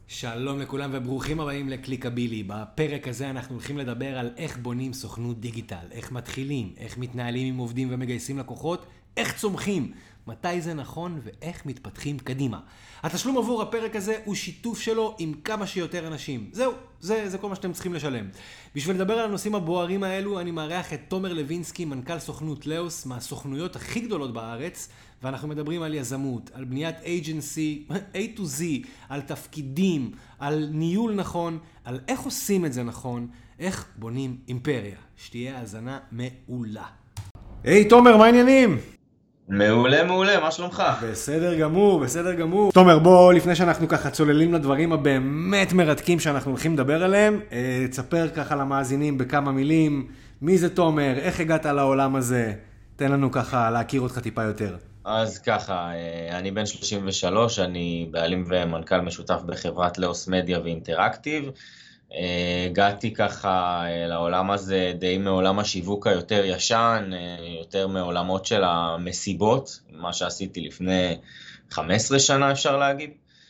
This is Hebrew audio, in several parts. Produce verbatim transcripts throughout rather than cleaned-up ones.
שלום לכולם וברוכים הבאים לקליקבילי. בפרק הזה אנחנו הולכים לדבר על איך בונים סוכנות דיגיטל, איך מתחילים, איך מתנהלים עם עובדים ומגייסים לקוחות, איך צומחים, מתי זה נכון ואיך מתפתחים קדימה. התשלום עבור הפרק הזה הוא שיתוף שלו עם כמה שיותר אנשים. זהו, זה, זה כל מה שאתם צריכים לשלם. בשביל לדבר על הנושאים הבוערים האלו, אני מארח את תומר לוינסקי, מנכ"ל סוכנות לאוס, מהסוכנויות הכי גדולות בארץ, ואנחנו מדברים על יזמות, על בניית agency, A to Z, על תפקידים, על ניהול נכון, על איך עושים את זה נכון, איך בונים אימפריה. שתהיה האזנה מעולה. היי תומר, מה העניינים? מעולה, מעולה, מה שלומך? בסדר גמור, בסדר גמור. תומר, בוא, לפני שאנחנו ככה צוללים לדברים הבאמת מרתקים שאנחנו הולכים לדבר עליהם, תספר ככה למאזינים בכמה מילים, מי זה תומר, איך הגעת לעולם הזה, תן לנו ככה להכיר אותך טיפה יותר. אז ככה, אני בן שלושים ושלוש, אני בעלים ומנכ"ל משותף בחברת לאוס מדיה ואינטראקטיב. הגעתי ככה לעולם הזה די מעולם השיווק היותר ישן, יותר מעולמות של המסיבות, מה שעשיתי לפני חמש עשרה שנה אפשר להגיד.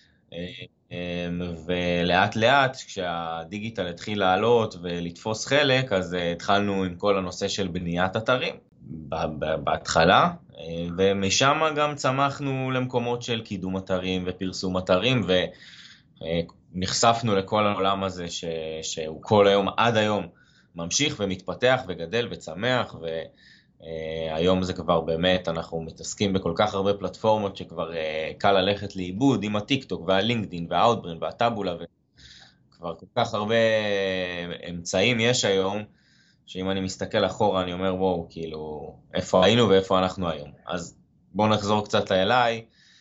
ולאט לאט כשהדיגיטל התחיל לעלות ולתפוס חלק, אז התחלנו עם כל הנושא של בניית אתרים בהתחלה, ומשם גם צמחנו למקומות של קידום אתרים ופרסום אתרים, ונחשפנו לכל העולם הזה ש... שהוא כל היום, עד היום, ממשיך ומתפתח וגדל וצמח, והיום זה כבר באמת, אנחנו מתעסקים בכל כך הרבה פלטפורמות שכבר קל ללכת לאיבוד, עם הטיק-טוק והלינקדין והאוטברן והטאבולה, וכבר כל כך הרבה אמצעים יש היום, שאם אני מסתכל אחורה אני אומר וואו, כאילו, איפה היינו ואיפה אנחנו היום. אז בואו נחזור קצת אליי.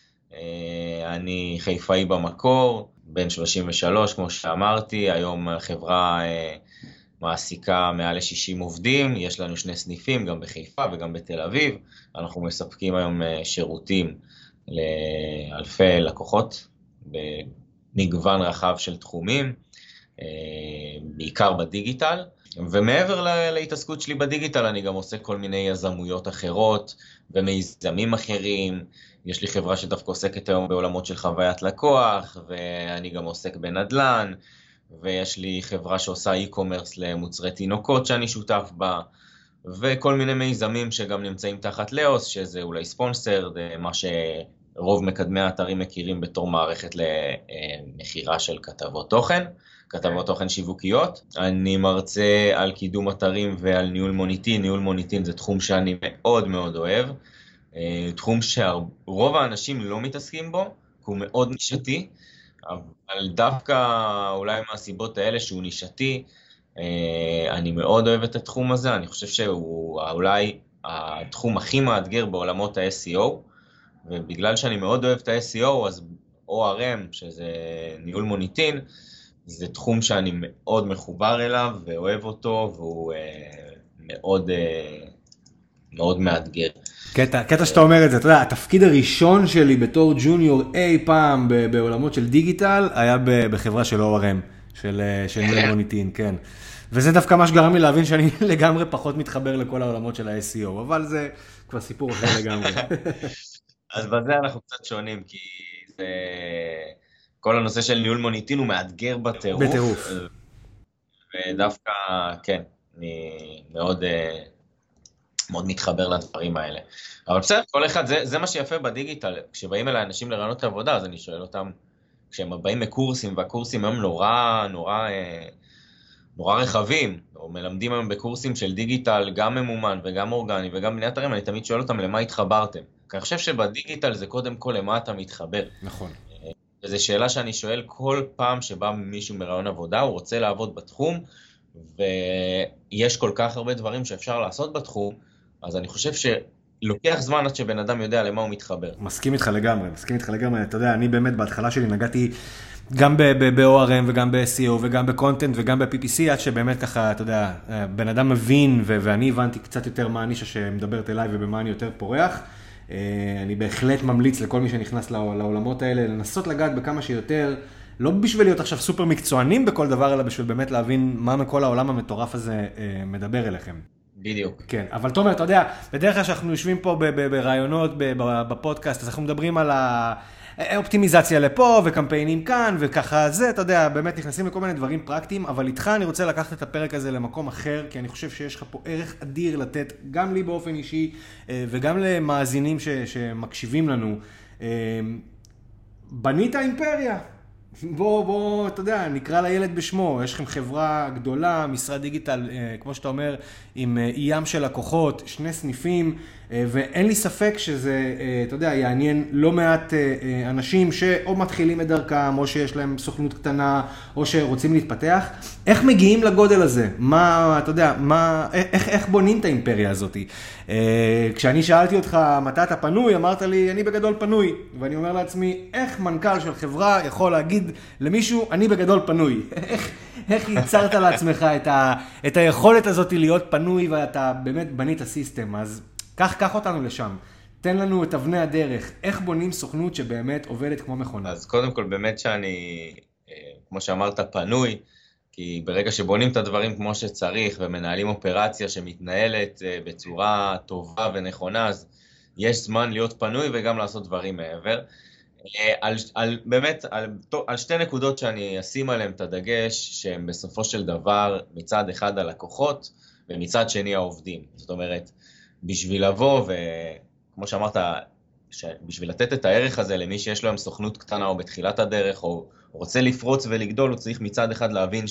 אני חיפאי במקור, בן שלושים ושלוש כמו שאמרתי, היום החברה מעסיקה מעל ל-שישים עובדים, יש לנו שני סניפים, גם בחיפה וגם בתל אביב. אנחנו מספקים היום שירותים לאלפי לקוחות במגוון רחב של תחומים, בעיקר בדיגיטל. ומעבר להתעסקות שלי בדיגיטל, אני גם עושה כל מיני יזמויות אחרות ומיזמים אחרים. יש לי חברה שדווקא עוסקת היום בעולמות של חוויית לקוח, ואני גם עוסק בנדלן, ויש לי חברה שעושה e-commerce למוצרי תינוקות שאני שותף בה, וכל מיני מיזמים שגם נמצאים תחת לאוס, שזה אולי ספונסר, מה שרוב מקדמי האתרים מכירים בתור מערכת למחירה של כתבות תוכן. כתבות תוכן שיווקיות. אני מרצה על קידום אתרים ועל ניהול מוניטין. ניהול מוניטין זה תחום שאני מאוד מאוד אוהב. תחום שרוב האנשים לא מתעסקים בו, כי הוא מאוד נישתי, אבל דווקא אולי מהסיבות האלה שהוא נישתי, אני מאוד אוהב את התחום הזה. אני חושב שהוא אולי התחום הכי מאתגר בעולמות ה-אס אי או, ובגלל שאני מאוד אוהב את ה-אס אי או, אז או אר אם, שזה ניהול מוניטין, זה תחום שאני מאוד מחובר אליו ואוהב אותו, והוא אה, מאוד, אה, מאוד מאתגר. קטע, קטע שאתה אומר את זה, אתה יודע, התפקיד הראשון שלי בתור ג'וניור אי פעם בעולמות של דיגיטל, היה בחברה של או אר אם, של, של ניהול מוניטין, כן. וזה דווקא מה שגרם לי להבין שאני לגמרי פחות מתחבר לכל העולמות של ה-אס אי או, אבל זה כבר סיפור אחר לגמרי. אז בזה אנחנו קצת שונים, כי זה... כל הנושא של ניהול מוניטין הוא מאתגר בטירוף. בטירוף. ודווקא, כן, אני מאוד, מאוד מתחבר לדברים האלה. אבל בסדר, כל אחד, זה, זה מה שיפה בדיגיטל. כשבאים אליי אנשים לרעיונות עבודה, אז אני שואל אותם, כשהם באים מקורסים, והקורסים הם נורא, נורא, נורא רחבים, או מלמדים היום בקורסים של דיגיטל, גם ממומן וגם אורגני וגם בני אתרים, אני תמיד שואל אותם למה התחברתם. כי אני חושב שבדיגיטל זה קודם כל למה אתה מתחבר. נכון. וזו שאלה שאני שואל כל פעם שבא מישהו מרעיון עבודה, הוא רוצה לעבוד בתחום, ויש כל כך הרבה דברים שאפשר לעשות בתחום, אז אני חושב שלוקח זמן עד שבן אדם יודע למה הוא מתחבר. מסכים איתך לגמרי, מסכים איתך לגמרי. אתה יודע, אני באמת בהתחלה שלי נגעתי גם ב-או אר אם וגם ב-אס אי או וגם בקונטנט וגם ב-פי פי סי, עד שבאמת ככה, אתה יודע, בן אדם מבין, ואני הבנתי קצת יותר מה הנישה שמדברת אליי ובמה אני יותר פורח. אני בהחלט ממליץ לכל מי שנכנס לעולמות האלה, לנסות לגעת בכמה שיותר, לא בשביל להיות עכשיו סופר מקצוענים בכל דבר, אלא בשביל באמת להבין מה מכל העולם המטורף הזה מדבר אליכם. בדיוק. כן, אבל תומר, אתה יודע, בדרך כלל שאנחנו יושבים פה ברעיונות, בפודקאסט, אז אנחנו מדברים על ה... אופטימיזציה לפה וקמפיינים כאן וככה זה, אתה יודע, באמת נכנסים לכל מיני דברים פרקטיים, אבל איתך אני רוצה לקחת את הפרק הזה למקום אחר, כי אני חושב שיש לך פה ערך אדיר לתת, גם לי באופן אישי וגם למאזינים ש, שמקשיבים לנו. בנית אימפריה. בוא, בוא, אתה יודע, נקרא לילד בשמו, יש לכם חברה גדולה, משרד דיגיטל, כמו שאתה אומר, עם ים של לקוחות, שני סניפים, ואין לי ספק שזה, אתה יודע, יעניין לא מעט אנשים שאו מתחילים את דרכם, או שיש להם סוכנות קטנה, או שרוצים להתפתח. איך מגיעים לגודל הזה? מה, אתה יודע, מה, איך, איך בונים את האימפריה הזאת? כשאני שאלתי אותך מתי אתה פנוי, אמרת לי, אני בגדול פנוי, ואני אומר לעצמי, איך מנכ"ל של חברה יכול להגיד למישהו, אני בגדול פנוי? איך, איך ייצרת לעצמך את, ה, את היכולת הזאת להיות פנוי, ואתה באמת בנית הסיסטם? אז קח, קח אותנו לשם. תן לנו את אבני הדרך. איך בונים סוכנות שבאמת עובדת כמו מכונה? אז קודם כל, באמת שאני, כמו שאמרת, פנוי, כי ברגע שבונים את הדברים כמו שצריך, ומנהלים אופרציה שמתנהלת בצורה טובה ונכונה, אז יש זמן להיות פנוי וגם לעשות דברים מעבר. על, על, באמת, על, על שתי נקודות שאני אשים עליהן את הדגש, שהן בסופו של דבר מצד אחד הלקוחות, ומצד שני העובדים. זאת אומרת, בשביל לבוא, וכמו שאמרת, בשביל לתת את הערך הזה למי שיש לו עם סוכנות קטנה או בתחילת הדרך, או רוצה לפרוץ ולגדול, הוא צריך מצד אחד להבין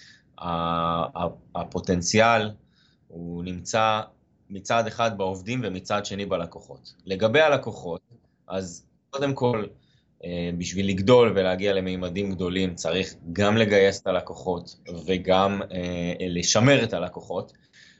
שהפוטנציאל הוא נמצא מצד אחד בעובדים ומצד שני בלקוחות. לגבי הלקוחות, אז קודם כל, בשביל לגדול ולהגיע לממדים גדולים, צריך גם לגייס את הלקוחות וגם לשמר את הלקוחות.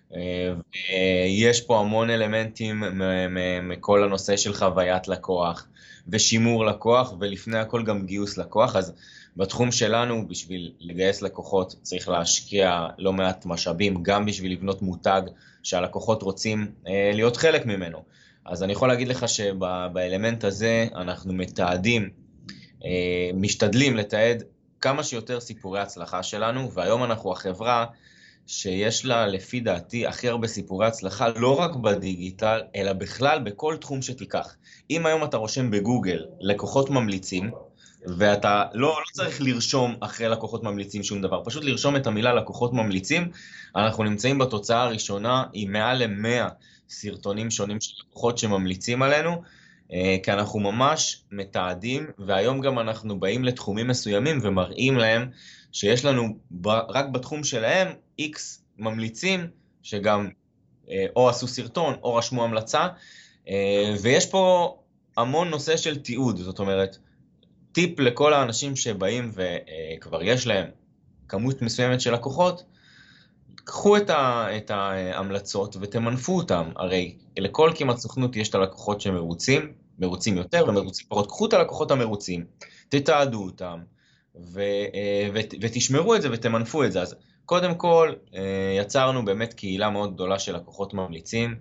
יש פה המון אלמנטים מכל הנושא של חוויית לקוח ושימור לקוח, ולפני הכל גם גיוס לקוח. אז בתחום שלנו, בשביל לגייס לקוחות, צריך להשקיע לא מעט משאבים, גם בשביל לבנות מותג שהלקוחות רוצים להיות חלק ממנו. אז אני יכול להגיד לך שבאלמנט הזה אנחנו מתעדים, משתדלים לתעד כמה שיותר סיפורי הצלחה שלנו, והיום אנחנו החברה שיש לה, לפי דעתי, הכי הרבה סיפורי הצלחה, לא רק בדיגיטל, אלא בכלל בכל תחום שתיקח. אם היום אתה רושם בגוגל לקוחות ממליצים, ואתה לא, לא צריך לרשום אחרי לקוחות ממליצים שום דבר, פשוט לרשום את המילה לקוחות ממליצים, אנחנו נמצאים בתוצאה הראשונה עם מעל ל-מאה סרטונים שונים של לקוחות שממליצים עלינו, כי אנחנו ממש מתעדים, והיום גם אנחנו באים לתחומים מסוימים ומראים להם שיש לנו רק בתחום שלהם X ממליצים שגם או עשו סרטון או רשמו המלצה, ויש פה המון נושא של תיעוד. זאת אומרת, טיפ לכל האנשים שבאים וכבר יש להם כמות מסוימת של לקוחות, קחו את, ה, את ההמלצות ותמנפו אותם. הרי לכל כמעט סוכנות יש את הלקוחות שמרוצים, מרוצים יותר ומרוצים פחות. קחו את הלקוחות המרוצים, תתעדו אותם ו, ו, ותשמרו את זה ותמנפו את זה. אז קודם כל יצרנו באמת קהילה מאוד גדולה של לקוחות ממליצים,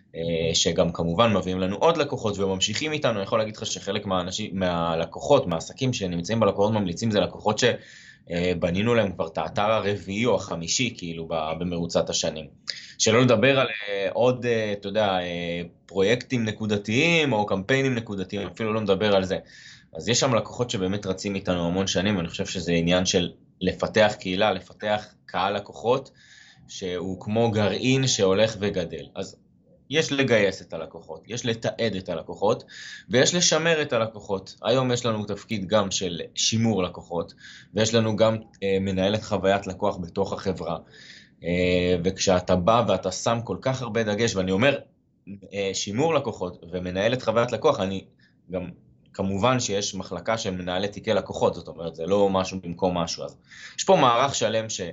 שגם כמובן מביאים לנו עוד לקוחות וממשיכים איתנו. אני יכול להגיד לך שחלק מהאנשים, מהלקוחות, מהעסקים שנמצאים בלקוחות ממליצים, זה לקוחות שבנינו להם כבר את האתר הרביעי או החמישי, כאילו במרוצת השנים. שלא לדבר על עוד, אתה יודע, פרויקטים נקודתיים או קמפיינים נקודתיים, אפילו לא מדבר על זה. אז יש שם לקוחות שבאמת רצים איתנו המון שנים, ואני חושב שזה עניין של לפתח קהילה, לפתח קהל לקוחות, שהוא כמו גרעין שהולך וגדל. אז יש לגייס את הלקוחות, יש לתעד את הלקוחות, ויש לשמר את הלקוחות. היום יש לנו תפקיד גם של שימור לקוחות, ויש לנו גם אה, מנהלת חוויית לקוח בתוך החברה. אה, וכשאתה בא ואתה שם כל כך הרבה דגש, ואני אומר, אה, שימור לקוחות ומנהלת חוויית לקוח, אני גם, כמובן שיש מחלקה של מנהלת תיקי לקוחות, זאת אומרת, זה לא משהו במקום משהו. אז יש פה מערך שלם ש...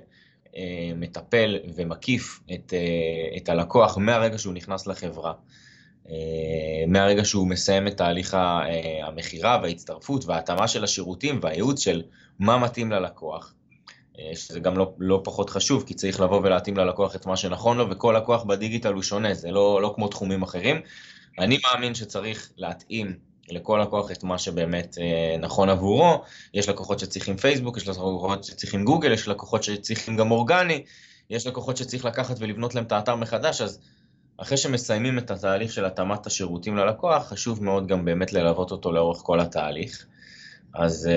מטפל ומקיף את, את הלקוח מהרגע שהוא נכנס לחברה, מהרגע שהוא מסיים את תהליך המחירה וההצטרפות וההתאמה של השירותים והייעוץ של מה מתאים ללקוח, שזה גם לא, לא פחות חשוב, כי צריך לבוא ולהתאים ללקוח את מה שנכון לו, וכל לקוח בדיגיטל הוא שונה, זה לא, לא כמו תחומים אחרים. אני מאמין שצריך להתאים לכל לקוח את מה שבאמת אה, נכון עבורו. יש לקוחות שצריכים פייסבוק, יש לקוחות שצריכים גוגל, יש לקוחות שצריכים גם אורגני, יש לקוחות שצריך לקחת ולבנות להם את האתר מחדש. אז אחרי שמסיימים את התהליך של התאמת השירותים ללקוח, חשוב מאוד גם באמת ללוות אותו לאורך כל התהליך. אז,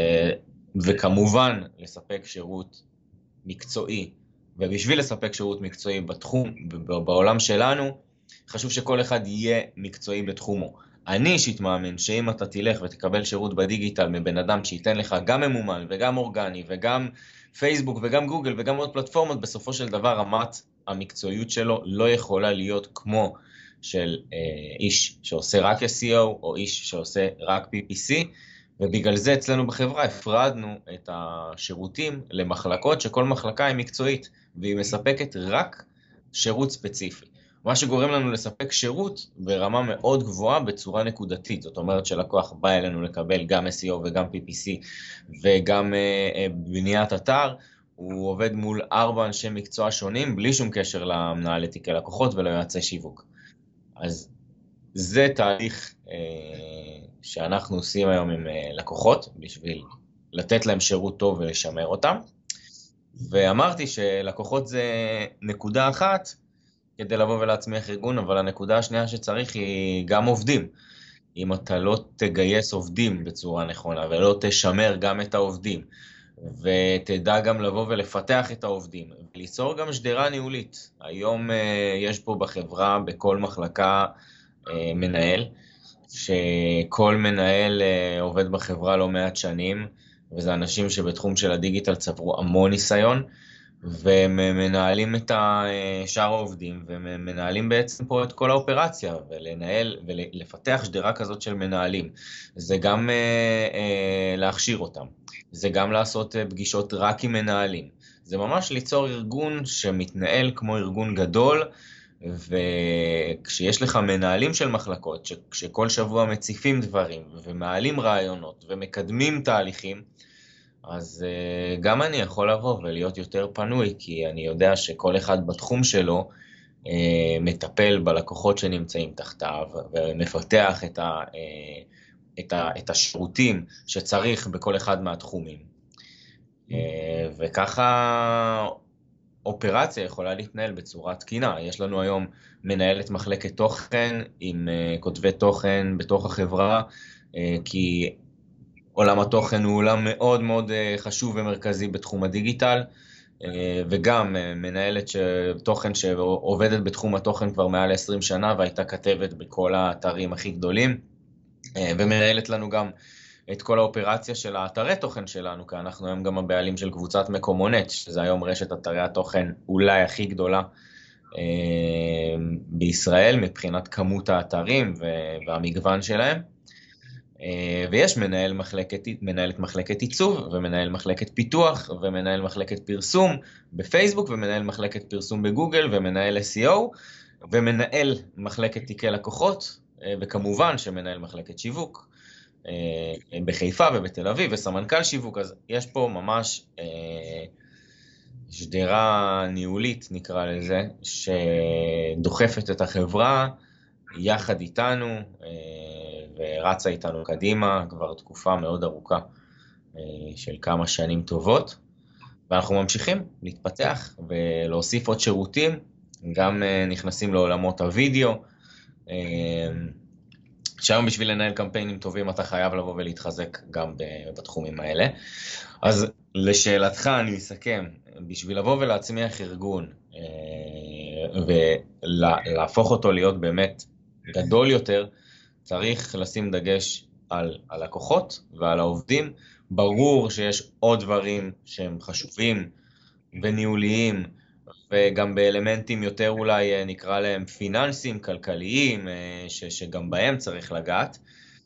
וכמובן, לספק שירות מקצועי, ובשביל לספק שירות מקצועי בתחום, בעולם שלנו, חשוב שכל אחד יהיה מקצועי בתחומו. אני אישית מאמין שאם אתה תלך ותקבל שירות בדיגיטל מבן אדם שייתן לך גם ממומן וגם אורגני וגם פייסבוק וגם גוגל וגם עוד פלטפורמות, בסופו של דבר רמת המקצועיות שלו לא יכולה להיות כמו של אה, איש שעושה רק אס אי או או איש שעושה רק פי פי סי, ובגלל זה אצלנו בחברה הפרדנו את השירותים למחלקות שכל מחלקה היא מקצועית והיא מספקת רק שירות ספציפי. מה שגורם לנו לספק שירות ברמה מאוד גבוהה בצורה נקודתית. זאת אומרת שלקוח בא אלינו לקבל גם אס אי או וגם פי פי סי וגם uh, בניית אתר, הוא עובד מול ארבע אנשי מקצוע שונים בלי שום קשר למנהלי תיקי לקוחות וליועצי שיווק. אז זה תהליך uh, שאנחנו עושים היום עם uh, לקוחות בשביל לתת להם שירות טוב ולשמר אותם. ואמרתי שלקוחות זה נקודה אחת, כדי לבוא ולהצמיח ארגון, אבל הנקודה השנייה שצריך היא גם עובדים. אם אתה לא תגייס עובדים בצורה נכונה, ולא תשמר גם את העובדים, ותדע גם לבוא ולפתח את העובדים, וליצור גם שדרה ניהולית. היום יש פה בחברה, בכל מחלקה מנהל, שכל מנהל עובד בחברה לא מעט שנים, וזה אנשים שבתחום של הדיגיטל צברו המון ניסיון, ומנהלים את שאר העובדים, ומנהלים בעצם פה את כל האופרציה, ולנהל ולפתח שדרה כזאת של מנהלים. זה גם להכשיר אותם, זה גם לעשות פגישות רק עם מנהלים. זה ממש ליצור ארגון שמתנהל כמו ארגון גדול, וכשיש לך מנהלים של מחלקות, שכל שבוע מציפים דברים, ומעלים רעיונות, ומקדמים תהליכים, אז uh, גם אני יכול לבוא ולהיות יותר פנוי, כי אני יודע שכל אחד בתחום שלו uh, מטפל בלקוחות שנמצאים תחתיו, ומפתח את, ה, uh, את, ה, את השירותים שצריך בכל אחד מהתחומים. Uh, וככה אופרציה יכולה להתנהל בצורה תקינה. יש לנו היום מנהלת מחלקת תוכן עם uh, כותבי תוכן בתוך החברה, uh, כי עולם התוכן הוא עולם מאוד מאוד חשוב ומרכזי בתחום הדיגיטל, וגם מנהלת תוכן שעובדת בתחום התוכן כבר מעל עשרים שנה, והייתה כתבת בכל האתרים הכי גדולים, ומנהלת לנו גם את כל האופרציה של האתרי תוכן שלנו, כי אנחנו היום גם הבעלים של קבוצת מקומונט, שזה היום רשת אתרי התוכן אולי הכי גדולה בישראל, מבחינת כמות האתרים והמגוון שלהם. ויש מנהל מחלקת, מנהלת מחלקת עיצוב, ומנהל מחלקת פיתוח, ומנהל מחלקת פרסום בפייסבוק, ומנהל מחלקת פרסום בגוגל, ומנהל אס אי או, ומנהל מחלקת תיקי לקוחות, וכמובן שמנהל מחלקת שיווק בחיפה ובתל אביב, וסמנכ"ל שיווק. אז יש פה ממש שדרה ניהולית, נקרא לזה, שדוחפת את החברה יחד איתנו, ורצה איתנו קדימה כבר תקופה מאוד ארוכה של כמה שנים טובות, ואנחנו ממשיכים להתפתח ולהוסיף עוד שירותים, גם נכנסים לעולמות הוידאו, שהיום בשביל לנהל קמפיינים טובים אתה חייב לבוא ולהתחזק גם בתחומים האלה. אז לשאלתך אני אסכם, בשביל לבוא ולהצמיח ארגון ולהפוך אותו להיות באמת גדול יותר, צריך לשים דגש על הלקוחות ועל העובדים. ברור שיש עוד דברים שהם חשובים וניהוליים, וגם באלמנטים יותר אולי נקרא להם פיננסיים, כלכליים, ש, שגם בהם צריך לגעת.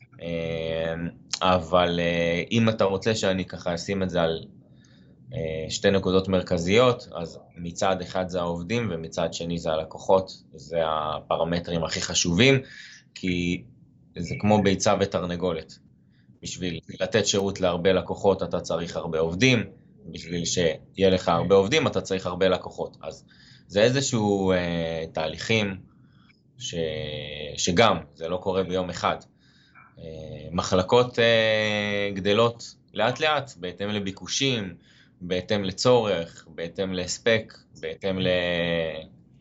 אבל אם אתה רוצה שאני ככה אשים את זה על שתי נקודות מרכזיות, אז מצד אחד זה העובדים ומצד שני זה הלקוחות. זה הפרמטרים הכי חשובים, כי זה כמו ביצה ותרנגולת. בשביל לתת שירות להרבה לקוחות אתה צריך הרבה עובדים, בשביל שיהיה לך הרבה עובדים אתה צריך הרבה לקוחות. אז זה איזשהו אה, תהליכים ש... שגם זה לא קורה ביום אחד. אה, מחלקות אה, גדלות לאט לאט, בהתאם לביקושים, בהתאם לצורך, בהתאם להספק, בהתאם ל...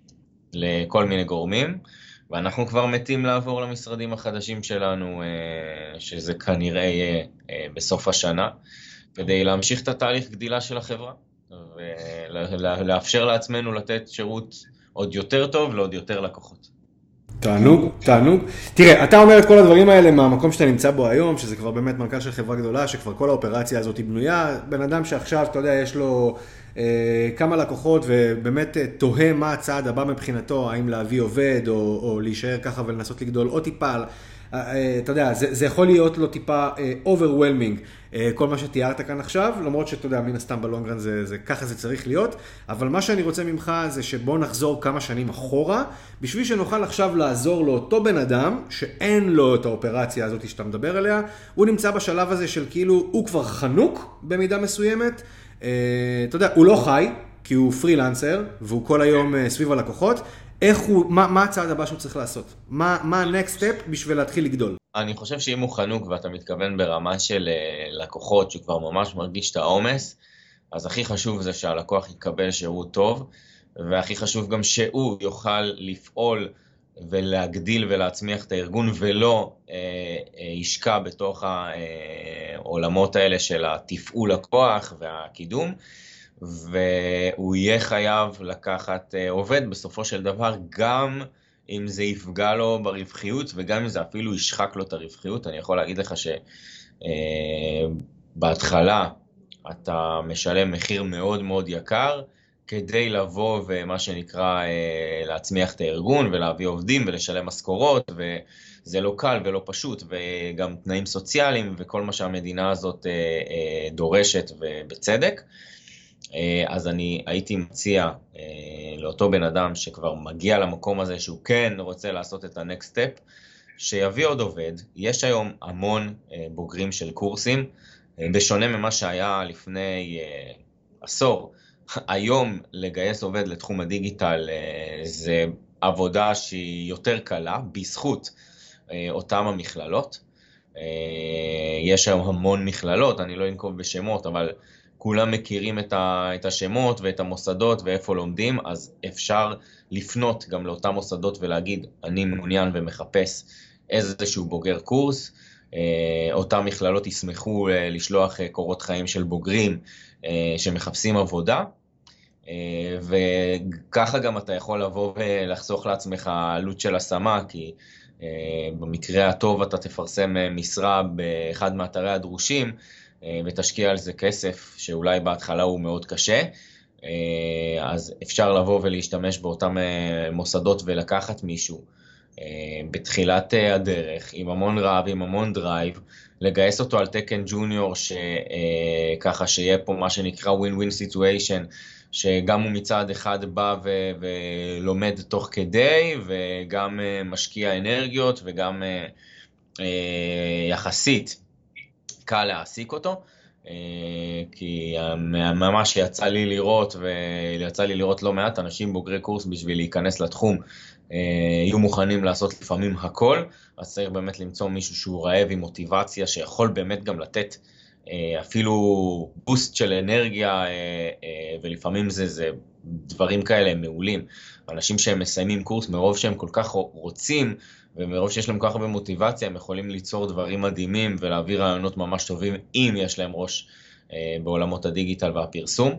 לכל מיני גורמים, ואנחנו כבר מתים לעבור למשרדים החדשים שלנו, שזה כנראה יהיה בסוף השנה, כדי להמשיך את התהליך גדילה של החברה, ולאפשר לעצמנו לתת שירות עוד יותר טוב לעוד יותר לקוחות. תענוג, תענוג. תראה, אתה אומר את כל הדברים האלה מהמקום שאתה נמצא בו היום, שזה כבר באמת מנכ"ל של חברה גדולה, שכבר כל האופרציה הזאת היא בנויה. בן אדם שעכשיו, אתה יודע, יש לו אה, כמה לקוחות, ובאמת אה, תוהה מה הצעד הבא מבחינתו, האם להביא עובד, או, או להישאר ככה ולנסות לגדול עוד טיפה. אתה יודע, זה, זה יכול להיות לו טיפה overwhelming, כל מה שתיארת כאן עכשיו, למרות שאתה יודע, מן הסתם בלונגרן זה, זה, ככה זה צריך להיות, אבל מה שאני רוצה ממך זה שבוא נחזור כמה שנים אחורה, בשביל שנוכל עכשיו לעזור לאותו בן אדם, שאין לו את האופרציה הזאת שאתה מדבר עליה, הוא נמצא בשלב הזה של כאילו, הוא כבר חנוק במידה מסוימת, אתה יודע, הוא לא חי, כי הוא פרילנסר, והוא כל היום סביב הלקוחות, איך הוא, מה, מה הצעד הבא שהוא צריך לעשות? מה, מה ה-next step בשביל להתחיל לגדול? אני חושב שאם הוא חנוק ואתה מתכוון ברמה של לקוחות שכבר ממש מרגיש את העומס, אז הכי חשוב זה שהלקוח יקבל שירות טוב, והכי חשוב גם שהוא יוכל לפעול ולהגדיל ולהצמיח את הארגון, ולא אה, אה, ישקע בתוך העולמות האלה של התפעול הכוח והקידום, והוא יהיה חייב לקחת עובד בסופו של דבר, גם אם זה יפגע לו ברווחיות, וגם אם זה אפילו ישחק לו את הרווחיות. אני יכול להגיד לך שבהתחלה אתה משלם מחיר מאוד מאוד יקר, כדי לבוא ומה שנקרא להצמיח את הארגון, ולהביא עובדים ולשלם משכורות, וזה לא קל ולא פשוט, וגם תנאים סוציאליים, וכל מה שהמדינה הזאת דורשת ובצדק. אז אני הייתי מציע לאותו בן אדם שכבר מגיע למקום הזה, שהוא כן רוצה לעשות את ה-next step, שיביא עוד עובד. יש היום המון בוגרים של קורסים, בשונה ממה שהיה לפני עשור. היום לגייס עובד לתחום הדיגיטל זה עבודה שהיא יותר קלה, בזכות אותם המכללות. יש היום המון מכללות, אני לא אנקוב בשמות, אבל כולם מכירים את השמות ואת המוסדות ואיפה לומדים, אז אפשר לפנות גם לאותם מוסדות ולהגיד, אני מעוניין ומחפש איזשהו בוגר קורס. אותם מכללות ישמחו לשלוח קורות חיים של בוגרים שמחפשים עבודה, וככה גם אתה יכול לבוא ולחסוך לעצמך עלות של השמה, כי במקרה הטוב אתה תפרסם משרה באחד מאתרי הדרושים, ותשקיע על זה כסף שאולי בהתחלה הוא מאוד קשה, אז אפשר לבוא ולהשתמש באותם מוסדות ולקחת מישהו בתחילת הדרך, עם המון רעב, עם המון דרייב, לגייס אותו על תקן ג'וניור, שככה שיהיה פה מה שנקרא win-win situation, שגם הוא מצד אחד בא ו- ולומד תוך כדי, וגם משקיע אנרגיות, וגם יחסית קל להעסיק אותו, כי ממש יצא לי לראות, ויצא לי לראות לא מעט אנשים בוגרי קורס בשביל להיכנס לתחום, יהיו מוכנים לעשות לפעמים הכל, אז צריך באמת למצוא מישהו שהוא רעב עם מוטיבציה, שיכול באמת גם לתת אפילו בוסט של אנרגיה, ולפעמים זה, זה דברים כאלה מעולים. אנשים שהם מסיימים קורס, מרוב שהם כל כך רוצים, ומרוב שיש להם כל כך הרבה מוטיבציה, הם יכולים ליצור דברים מדהימים, ולהביא רעיונות ממש טובים, אם יש להם ראש בעולמות הדיגיטל והפרסום.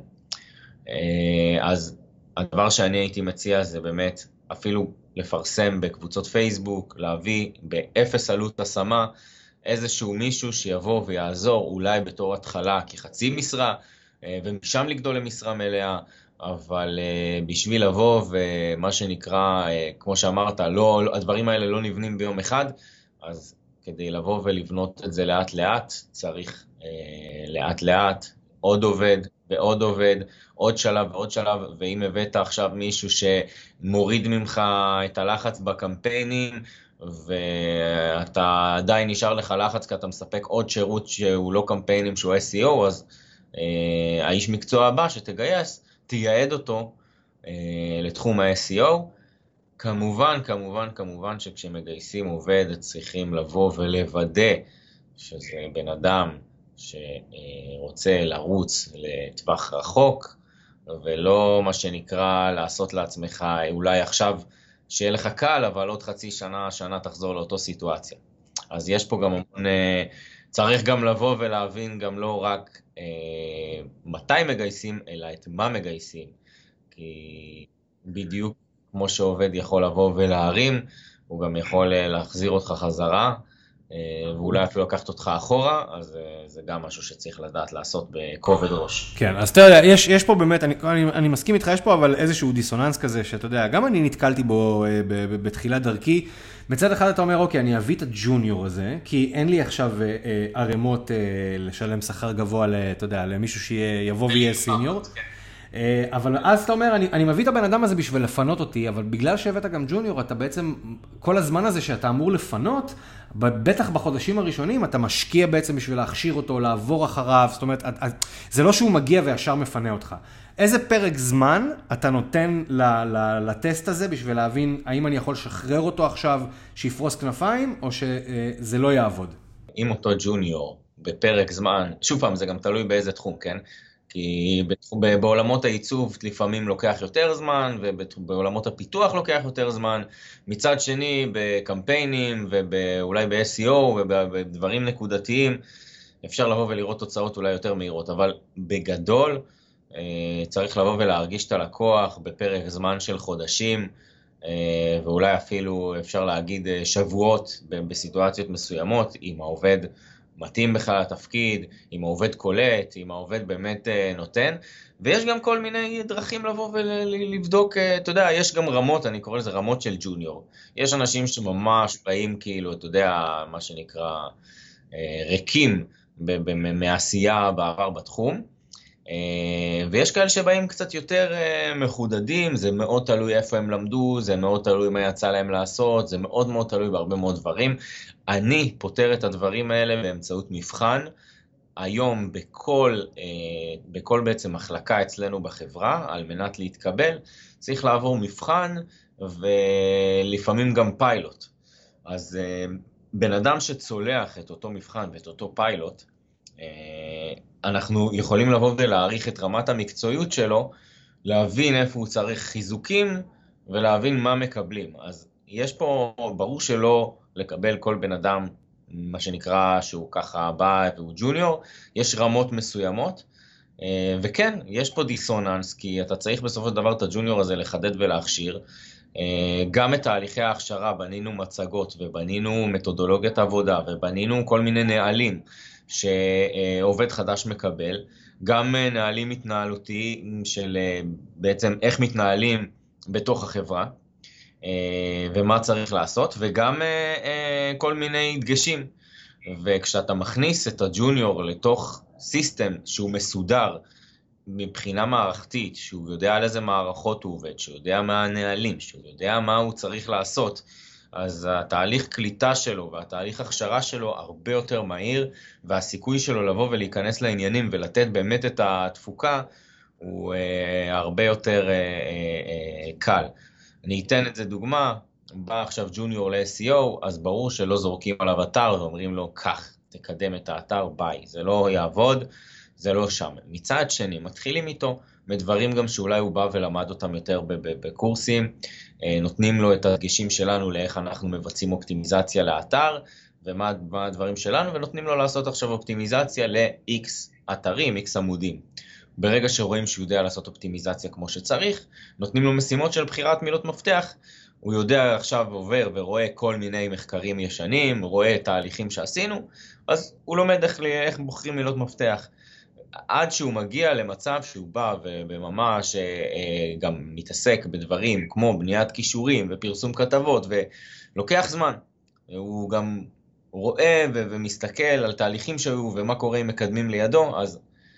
אז הדבר שאני הייתי מציע זה באמת, אפילו לפרסם בקבוצות פייסבוק, להביא באפס עלות השמה, איזשהו מישהו שיבוא ויעזור, אולי בתור התחלה כחצי משרה, ומשם לגדול למשרה מלאה, אבל בשביל לבוא ומה שנקרא, כמו שאמרת, לא, הדברים האלה לא נבנים ביום אחד, אז כדי לבוא ולבנות את זה לאט לאט, צריך לאט לאט עוד עובד ועוד עובד, עוד שלב ועוד שלב, ואם הבאת עכשיו מישהו שמוריד ממך את הלחץ בקמפיינים, ואתה עדיין נשאר לך לחץ כי אתה מספק עוד שירות שהוא לא קמפיינים, שהוא אס אי או, אז אה, האיש מקצוע הבא שתגייס, תייעד אותו אה, לתחום ה-אס אי או. כמובן, כמובן, כמובן שכשמגייסים עובד, צריכים לבוא ולוודא שזה בן אדם שרוצה לרוץ לטווח רחוק, ולא מה שנקרא לעשות לעצמך, אולי עכשיו שיהיה לך קל, אבל עוד חצי שנה, שנה תחזור לאותו סיטואציה. אז יש פה גם המון, צריך גם לבוא ולהבין גם לא רק אה, מתי מגייסים, אלא את מה מגייסים. כי בדיוק כמו שעובד יכול לבוא ולהרים, הוא גם יכול להחזיר אותך חזרה, ואולי אפילו לקחת אותך אחורה, אז זה גם משהו שצריך לדעת לעשות בכובד ראש. כן, אז אתה יודע, יש, יש פה באמת, אני, אני, אני מסכים איתך, יש פה אבל איזשהו דיסוננס כזה, שאתה יודע, גם אני נתקלתי בו בתחילת דרכי, מצד אחד אתה אומר, אוקיי, אני אביא את הג'וניור הזה, כי אין לי עכשיו ערימות לשלם שכר גבוה, אתה יודע, למישהו שיבוא ויהיה סיניור. אבל אז אתה אומר, אני, אני מביא את הבן אדם הזה בשביל לפנות אותי, אבל בגלל שהבאת גם ג'וניור, אתה בעצם, כל הזמן הזה שאתה אמור לפנות, בטח בחודשים הראשונים, אתה משקיע בעצם בשביל להכשיר אותו, לעבור אחריו, זאת אומרת, זה לא שהוא מגיע וישר מפנה אותך. איזה פרק זמן אתה נותן לטסט הזה בשביל להבין האם אני יכול לשחרר אותו עכשיו שיפרוס כנפיים, או שזה לא יעבוד? אם אותו ג'וניור בפרק זמן, שוב פעם, זה גם תלוי באיזה תחום, כן? כי בעולמות העיצוב לפעמים לוקח יותר זמן, ובעולמות הפיתוח לוקח יותר זמן. מצד שני, בקמפיינים ואולי ב-אס אי או ובדברים נקודתיים, אפשר לבוא ולראות תוצאות אולי יותר מהירות. אבל בגדול, צריך לבוא ולהרגיש את הלקוח בפרק זמן של חודשים, ואולי אפילו אפשר להגיד שבועות בסיטואציות מסוימות, עם העובד מתאים בכלל לתפקיד, אם העובד קולט, אם העובד באמת נותן, ויש גם כל מיני דרכים לבוא ולבדוק, אתה יודע, יש גם רמות, אני קורא לזה רמות של ג'וניור. יש אנשים שממש באים כאילו, אתה יודע, מה שנקרא, ריקים מעשייה בעבר בתחום, ויש כאלה שבאים קצת יותר מחודדים, זה מאוד תלוי איפה הם למדו, זה מאוד תלוי מה יצא להם לעשות, זה מאוד מאוד תלוי בהרבה מאוד דברים. אני פותר את הדברים האלה באמצעות מבחן, היום בכל, בכל בעצם מחלקה אצלנו בחברה, על מנת להתקבל, צריך לעבור מבחן ולפעמים גם פיילוט. אז בן אדם שצולח את אותו מבחן ואת אותו פיילוט, אנחנו יכולים לבוא ולהעריך את רמת המקצועיות שלו, להבין איפה הוא צריך חיזוקים, ולהבין מה מקבלים. אז יש פה, ברור שלא לקבל כל בן אדם, מה שנקרא שהוא ככה בא והוא ג'וניור, יש רמות מסוימות, וכן, יש פה דיסוננס, כי אתה צריך בסופו של דבר את הג'וניור הזה לחדד ולהכשיר, גם את תהליכי ההכשרה, בנינו מצגות, ובנינו מתודולוגיית עבודה, ובנינו כל מיני נהלים, שעובד חדש מקבל, גם נהלים התנהלותיים של בעצם איך מתנהלים בתוך החברה, ומה צריך לעשות, וגם כל מיני דגשים. וכשאתה מכניס את הג'וניור לתוך סיסטם שהוא מסודר מבחינה מערכתית, שהוא יודע על איזה מערכות הוא עובד, שהוא יודע מה הנהלים, שהוא יודע מה הוא צריך לעשות, אז התהליך קליטה שלו והתהליך הכשרה שלו הרבה יותר מהיר, והסיכוי שלו לבוא ולהיכנס לעניינים ולתת באמת את התפוקה הוא אה, הרבה יותר אה, אה, קל. אני אתן את זה דוגמה, בא עכשיו ג'וניור ל-אס אי או, אז ברור שלא זורקים עליו אתר ואומרים לו, כך, תקדם את האתר, ביי, זה לא יעבוד, זה לא שם. מצד שני, מתחילים איתו מדברים גם שאולי הוא בא ולמד אותם יותר בקורסים, נותנים לו את הדגשים שלנו לאיך אנחנו מבצעים אופטימיזציה לאתר, ומה הדברים שלנו, ונותנים לו לעשות עכשיו אופטימיזציה ל-X אתרים, X עמודים. ברגע שרואים שהוא יודע לעשות אופטימיזציה כמו שצריך, נותנים לו משימות של בחירת מילות מפתח, הוא יודע עכשיו עובר ורואה כל מיני מחקרים ישנים, רואה תהליכים שעשינו, אז הוא לומד איך, איך בוחרים מילות מפתח. עד שהוא מגיע למצב שהוא בא וממש גם מתעסק בדברים כמו בניית קישורים ופרסום כתבות, ולוקח זמן. הוא גם רואה ומסתכל על תהליכים שהיו ומה קורה אם מקדמים לידו, אז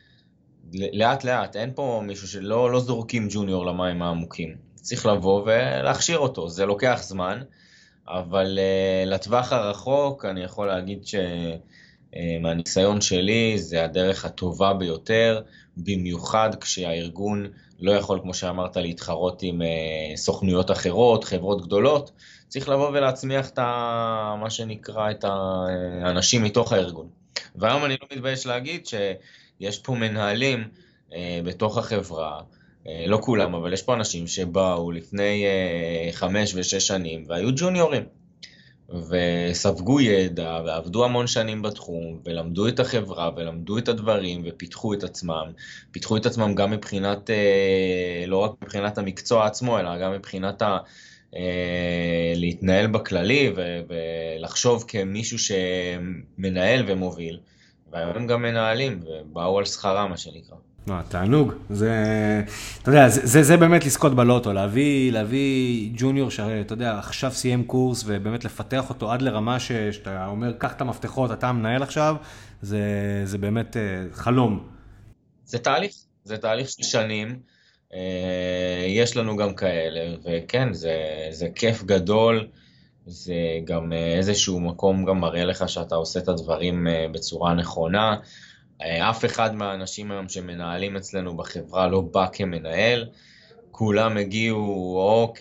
לאט לאט, אין פה מישהו שלא לא זורקים ג'וניור למים העמוקים. צריך לבוא ולהכשיר אותו, זה לוקח זמן, אבל uh, לטווח הרחוק אני יכול להגיד שמהניסיון uh, שלי זה הדרך הטובה ביותר, במיוחד כשהארגון לא יכול, כמו שאמרת, להתחרות עם uh, סוכנויות אחרות, חברות גדולות, צריך לבוא ולהצמיח את ה, מה שנקרא את האנשים מתוך הארגון. והיום אני לא מתבייש להגיד שיש פה מנהלים uh, בתוך החברה, לא כולם, אבל יש פה אנשים שבאו לפני חמש ושש שנים והיו ג'וניורים. וספגו ידע, ועבדו המון שנים בתחום, ולמדו את החברה, ולמדו את הדברים, ופיתחו את עצמם. פיתחו את עצמם גם מבחינת, לא רק מבחינת המקצוע עצמו, אלא גם מבחינת ה... להתנהל בכללי, ולחשוב כמישהו שמנהל ומוביל. והיום הם גם מנהלים, ובאו על שכרה, מה שנקרא. לא, תענוג. זה, אתה יודע, זה, זה, זה באמת לזכות בלוטו, להביא, להביא ג'וניור שהרי, אתה יודע, עכשיו סיים קורס, ובאמת לפתח אותו עד לרמה ש, שאתה אומר, קח את המפתחות, אתה מנהל עכשיו, זה, זה באמת חלום. זה תהליך, זה תהליך של שנים, יש לנו גם כאלה, וכן, זה, זה כיף גדול, זה גם איזשהו מקום גם מראה לך שאתה עושה את הדברים בצורה נכונה, אף אחד מהאנשים היום שמנהלים אצלנו בחברה לא בא כמנהל, כולם הגיעו או כ...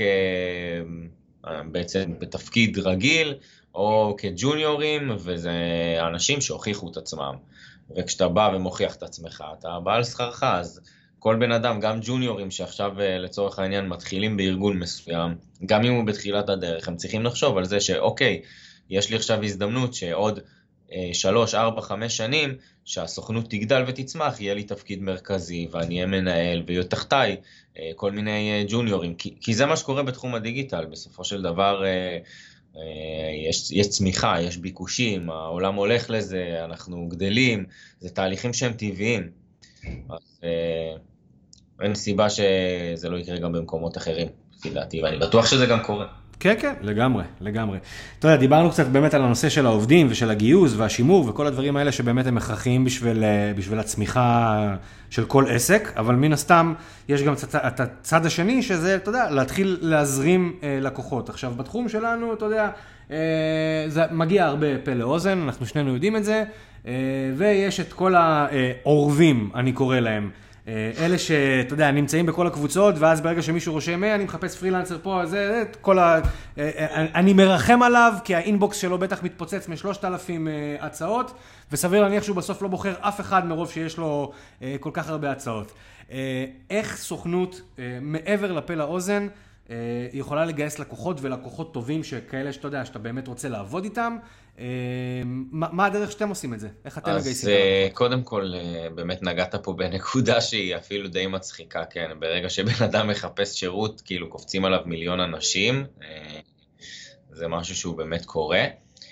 בעצם בתפקיד רגיל, או כג'וניורים, וזה אנשים שהוכיחו את עצמם. וכשאתה בא ומוכיח את עצמך, אתה בא על שכרך, אז כל בן אדם, גם ג'וניורים שעכשיו לצורך העניין מתחילים בארגון מסוים, גם אם הוא בתחילת הדרך, הם צריכים לחשוב על זה שאוקיי, יש לי עכשיו הזדמנות שעוד שלוש, ארבע, חמש שנים, שהסוכנות תגדל ותצמח, יהיה לי תפקיד מרכזי, ואני אהיה מנהל, ויהיו תחתיי כל מיני ג'וניורים, כי, כי זה מה שקורה בתחום הדיגיטל, בסופו של דבר יש, יש צמיחה, יש ביקושים, העולם הולך לזה, אנחנו גדלים, זה תהליכים שהם טבעיים, אז אין סיבה שזה לא יקרה גם במקומות אחרים, לדעתי, ואני בטוח שזה גם קורה. כן, כן, לגמרי, לגמרי. אתה יודע, דיברנו קצת באמת על הנושא של העובדים ושל הגיוס והשימור וכל הדברים האלה שבאמת הם הכרחיים בשביל, בשביל הצמיחה של כל עסק, אבל מן הסתם יש גם את הצד השני שזה, אתה יודע, להתחיל להזרים לקוחות. עכשיו, בתחום שלנו, אתה יודע, זה מגיע הרבה פה לאוזן, אנחנו שנינו יודעים את זה, ויש את כל העורבים, אני קורא להם. אלה שאתה יודע, נמצאים בכל הקבוצות, ואז ברגע שמישהו רושם, אני מחפש פרילנסר פה, זה, כל ה... אני מרחם עליו, כי האינבוקס שלו בטח מתפוצץ משלושת אלפים הצעות, וסביר להניח שהוא בסוף לא בוחר אף אחד מרוב שיש לו כל כך הרבה הצעות. איך סוכנות, מעבר לפה לאוזן, יכולה לגייס לקוחות ולקוחות טובים שכאלה שאתה יודע, שאתה באמת רוצה לעבוד איתם, מה, מה הדרך שאתם עושים את זה? איך אתם מגייסים? אז קודם כל, באמת נגעת פה בנקודה שהיא אפילו די מצחיקה, כן, ברגע שבן אדם מחפש שירות, כאילו קופצים עליו מיליון אנשים, זה משהו שהוא באמת קורה.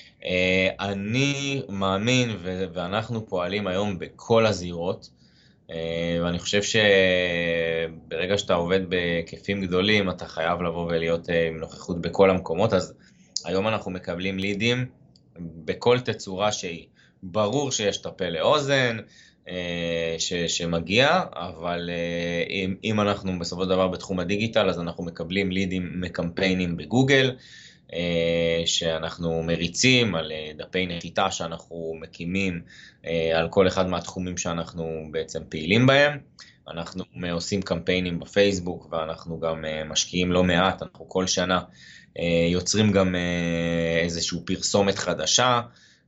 אני מאמין ואנחנו פועלים היום בכל הזירות, ואני חושב שברגע שאתה עובד בהיקפים גדולים, אתה חייב לבוא ולהיות עם נוכחות בכל המקומות, אז היום אנחנו מקבלים לידים בכל תצורה שהיא. ברור שיש את הפה לאוזן ש, שמגיע, אבל אם, אם אנחנו בסופו של דבר בתחום הדיגיטל, אז אנחנו מקבלים לידים מקמפיינים בגוגל, שאנחנו מריצים על דפי נחיתה שאנחנו מקימים על כל אחד מהתחומים שאנחנו בעצם פעילים בהם. אנחנו עושים קמפיינים בפייסבוק ואנחנו גם משקיעים לא מעט, אנחנו כל שנה יוצרים גם איזשהו פרסומת חדשה,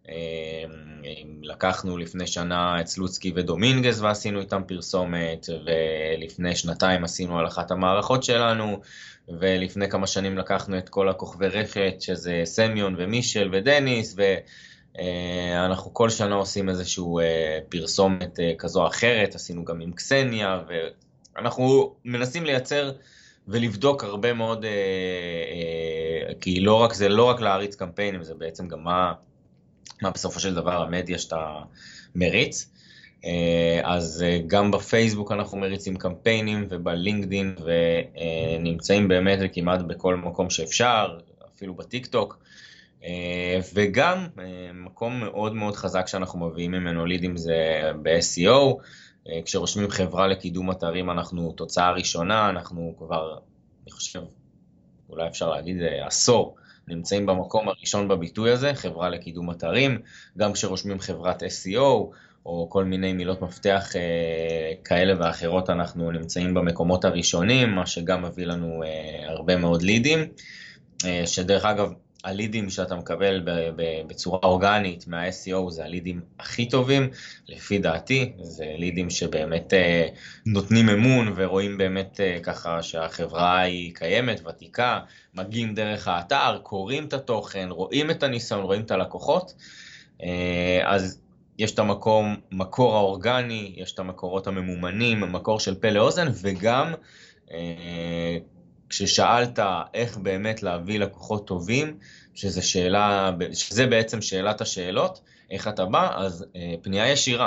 לקחנו לפני שנה את סלוצקי ודומינגז ועשינו איתם פרסומת, ולפני שנתיים עשינו על אחת המערכות שלנו, ולפני כמה שנים לקחנו את כל הכוכבי רשת, שזה סמיון ומישל ודניס, ואנחנו כל שנה עושים איזשהו פרסומת כזו או אחרת, עשינו גם עם קסניה, ואנחנו מנסים לייצר ולבדוק הרבה מאוד, כי לא רק, זה לא רק להריץ קמפיינים, זה בעצם גם מה, מה בסופו של דבר המדיה שאתה מריץ. אז גם בפייסבוק אנחנו מריצים קמפיינים ובלינקדין, ונמצאים באמת כמעט בכל מקום שאפשר, אפילו בטיק טוק. וגם מקום מאוד מאוד חזק שאנחנו מביאים ממנו לידים זה ב-אס אי או, כשרושמים חברה לקידום אתרים אנחנו תוצאה ראשונה, אנחנו כבר, אני חושב, אולי אפשר להגיד עשור, נמצאים במקום הראשון בביטוי הזה, חברה לקידום אתרים, גם כשרושמים חברת אס אי או, או כל מיני מילות מפתח כאלה ואחרות, אנחנו נמצאים במקומות הראשונים, מה שגם מביא לנו הרבה מאוד לידים, שדרך אגב, הלידים שאתה מקבל בצורה אורגנית מה-אס אי או זה הלידים הכי טובים, לפי דעתי, זה לידים שבאמת נותנים אמון ורואים באמת ככה שהחברה היא קיימת, ותיקה, מגיעים דרך האתר, קוראים את התוכן, רואים את הניסיון, רואים את הלקוחות, אז יש את המקום, מקור האורגני, יש את המקורות הממומנים, מקור של פה לאוזן, וגם כששאלת איך באמת להביא לקוחות טובים, שזה שאלה, שזה בעצם שאלת השאלות, איך אתה בא, אז פנייה ישירה.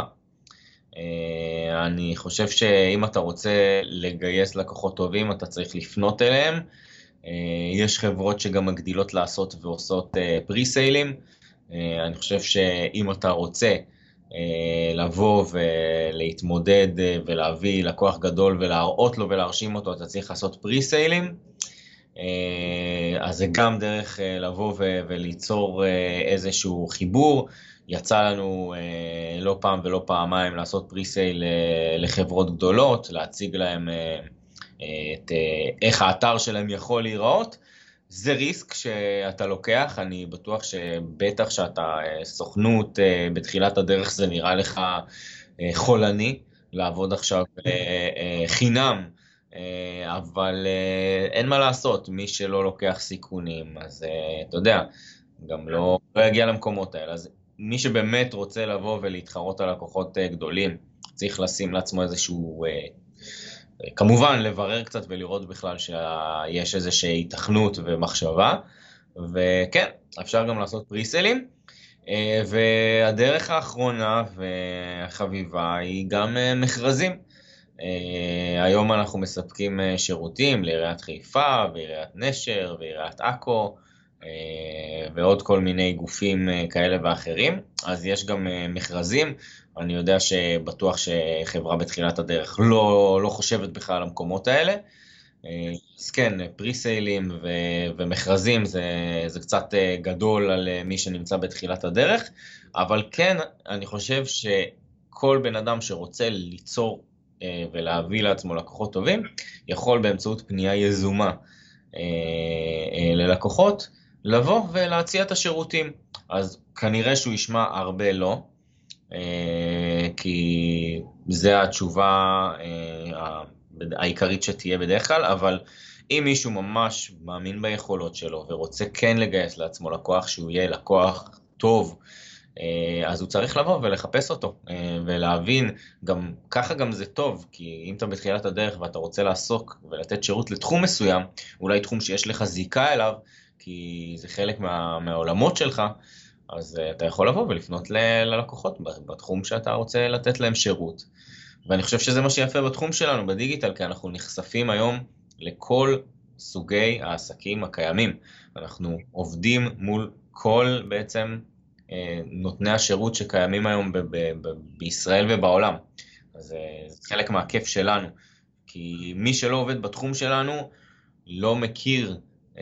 אני חושב שאם אתה רוצה לגייס לקוחות טובים, אתה צריך לפנות אליהם. יש חברות שגם מגדילות לעשות ועושות פרי-סיילים. אני חושב שאם אתה רוצה לבוא ולהתמודד ולהביא לקוח גדול ולהראות לו ולהרשים אותו, אתה צריך לעשות פרי-סיילים. אז זה גם דרך לבוא וליצור איזשהו חיבור. יצא לנו לא פעם ולא פעמיים לעשות פרי-סייל לחברות גדולות, להציג להם את איך האתר שלהם יכול להיראות. זה ריסק שאתה לוקח, אני בטוח שבטח שאתה סוכנות בתחילת הדרך זה נראה לך חולני, לעבוד עכשיו חינם, אבל אין מה לעשות, מי שלא לוקח סיכונים, אז אתה יודע, גם לא, לא יגיע למקומות האלה. אז מי שבאמת רוצה לבוא ולהתחרות על לקוחות גדולים, צריך לשים לעצמו איזשהו, כמובן לברר קצת ולראות בכלל שיש איזושהי התכנות ומחשבה, וכן, אפשר גם לעשות פריסלים, והדרך האחרונה והחביבה היא גם מכרזים. היום אנחנו מספקים שירותים לעיריית חיפה ועיריית נשר ועיריית עכו ועוד כל מיני גופים כאלה ואחרים, אז יש גם מכרזים. אני יודע שבטוח שחברה בתחילת הדרך לא, לא חושבת בכלל על המקומות האלה, אז כן, פרי-סיילים ו- ומכרזים זה, זה קצת גדול על מי שנמצא בתחילת הדרך, אבל כן, אני חושב שכל בן אדם שרוצה ליצור ולהביא לעצמו לקוחות טובים, יכול באמצעות פנייה יזומה ללקוחות, לבוא ולהציע את השירותים. אז כנראה שהוא ישמע הרבה לא, כי זה התשובה העיקרית שתהיה בדרך כלל, אבל אם מישהו ממש מאמין ביכולות שלו ורוצה כן לגייס לעצמו לקוח שהוא יהיה לקוח טוב, אז הוא צריך לבוא ולחפש אותו ולהבין, גם ככה גם זה טוב, כי אם אתה בתחילת הדרך ואתה רוצה לעסוק ולתת שירות לתחום מסוים, אולי תחום שיש לך זיקה אליו, כי זה חלק מה, מהעולמות שלך, אז אתה יכול לבוא ולפנות ל- ללקוחות בתחום שאתה רוצה לתת להם שירות. ואני חושב שזה מה שיפה בתחום שלנו בדיגיטל, כי אנחנו נחשפים היום לכל סוגי העסקים הקיימים. אנחנו עובדים מול כל בעצם נותני השירות שקיימים היום ב- ב- ב- בישראל ובעולם. אז זה חלק מהכיף שלנו, כי מי שלא עובד בתחום שלנו לא מכיר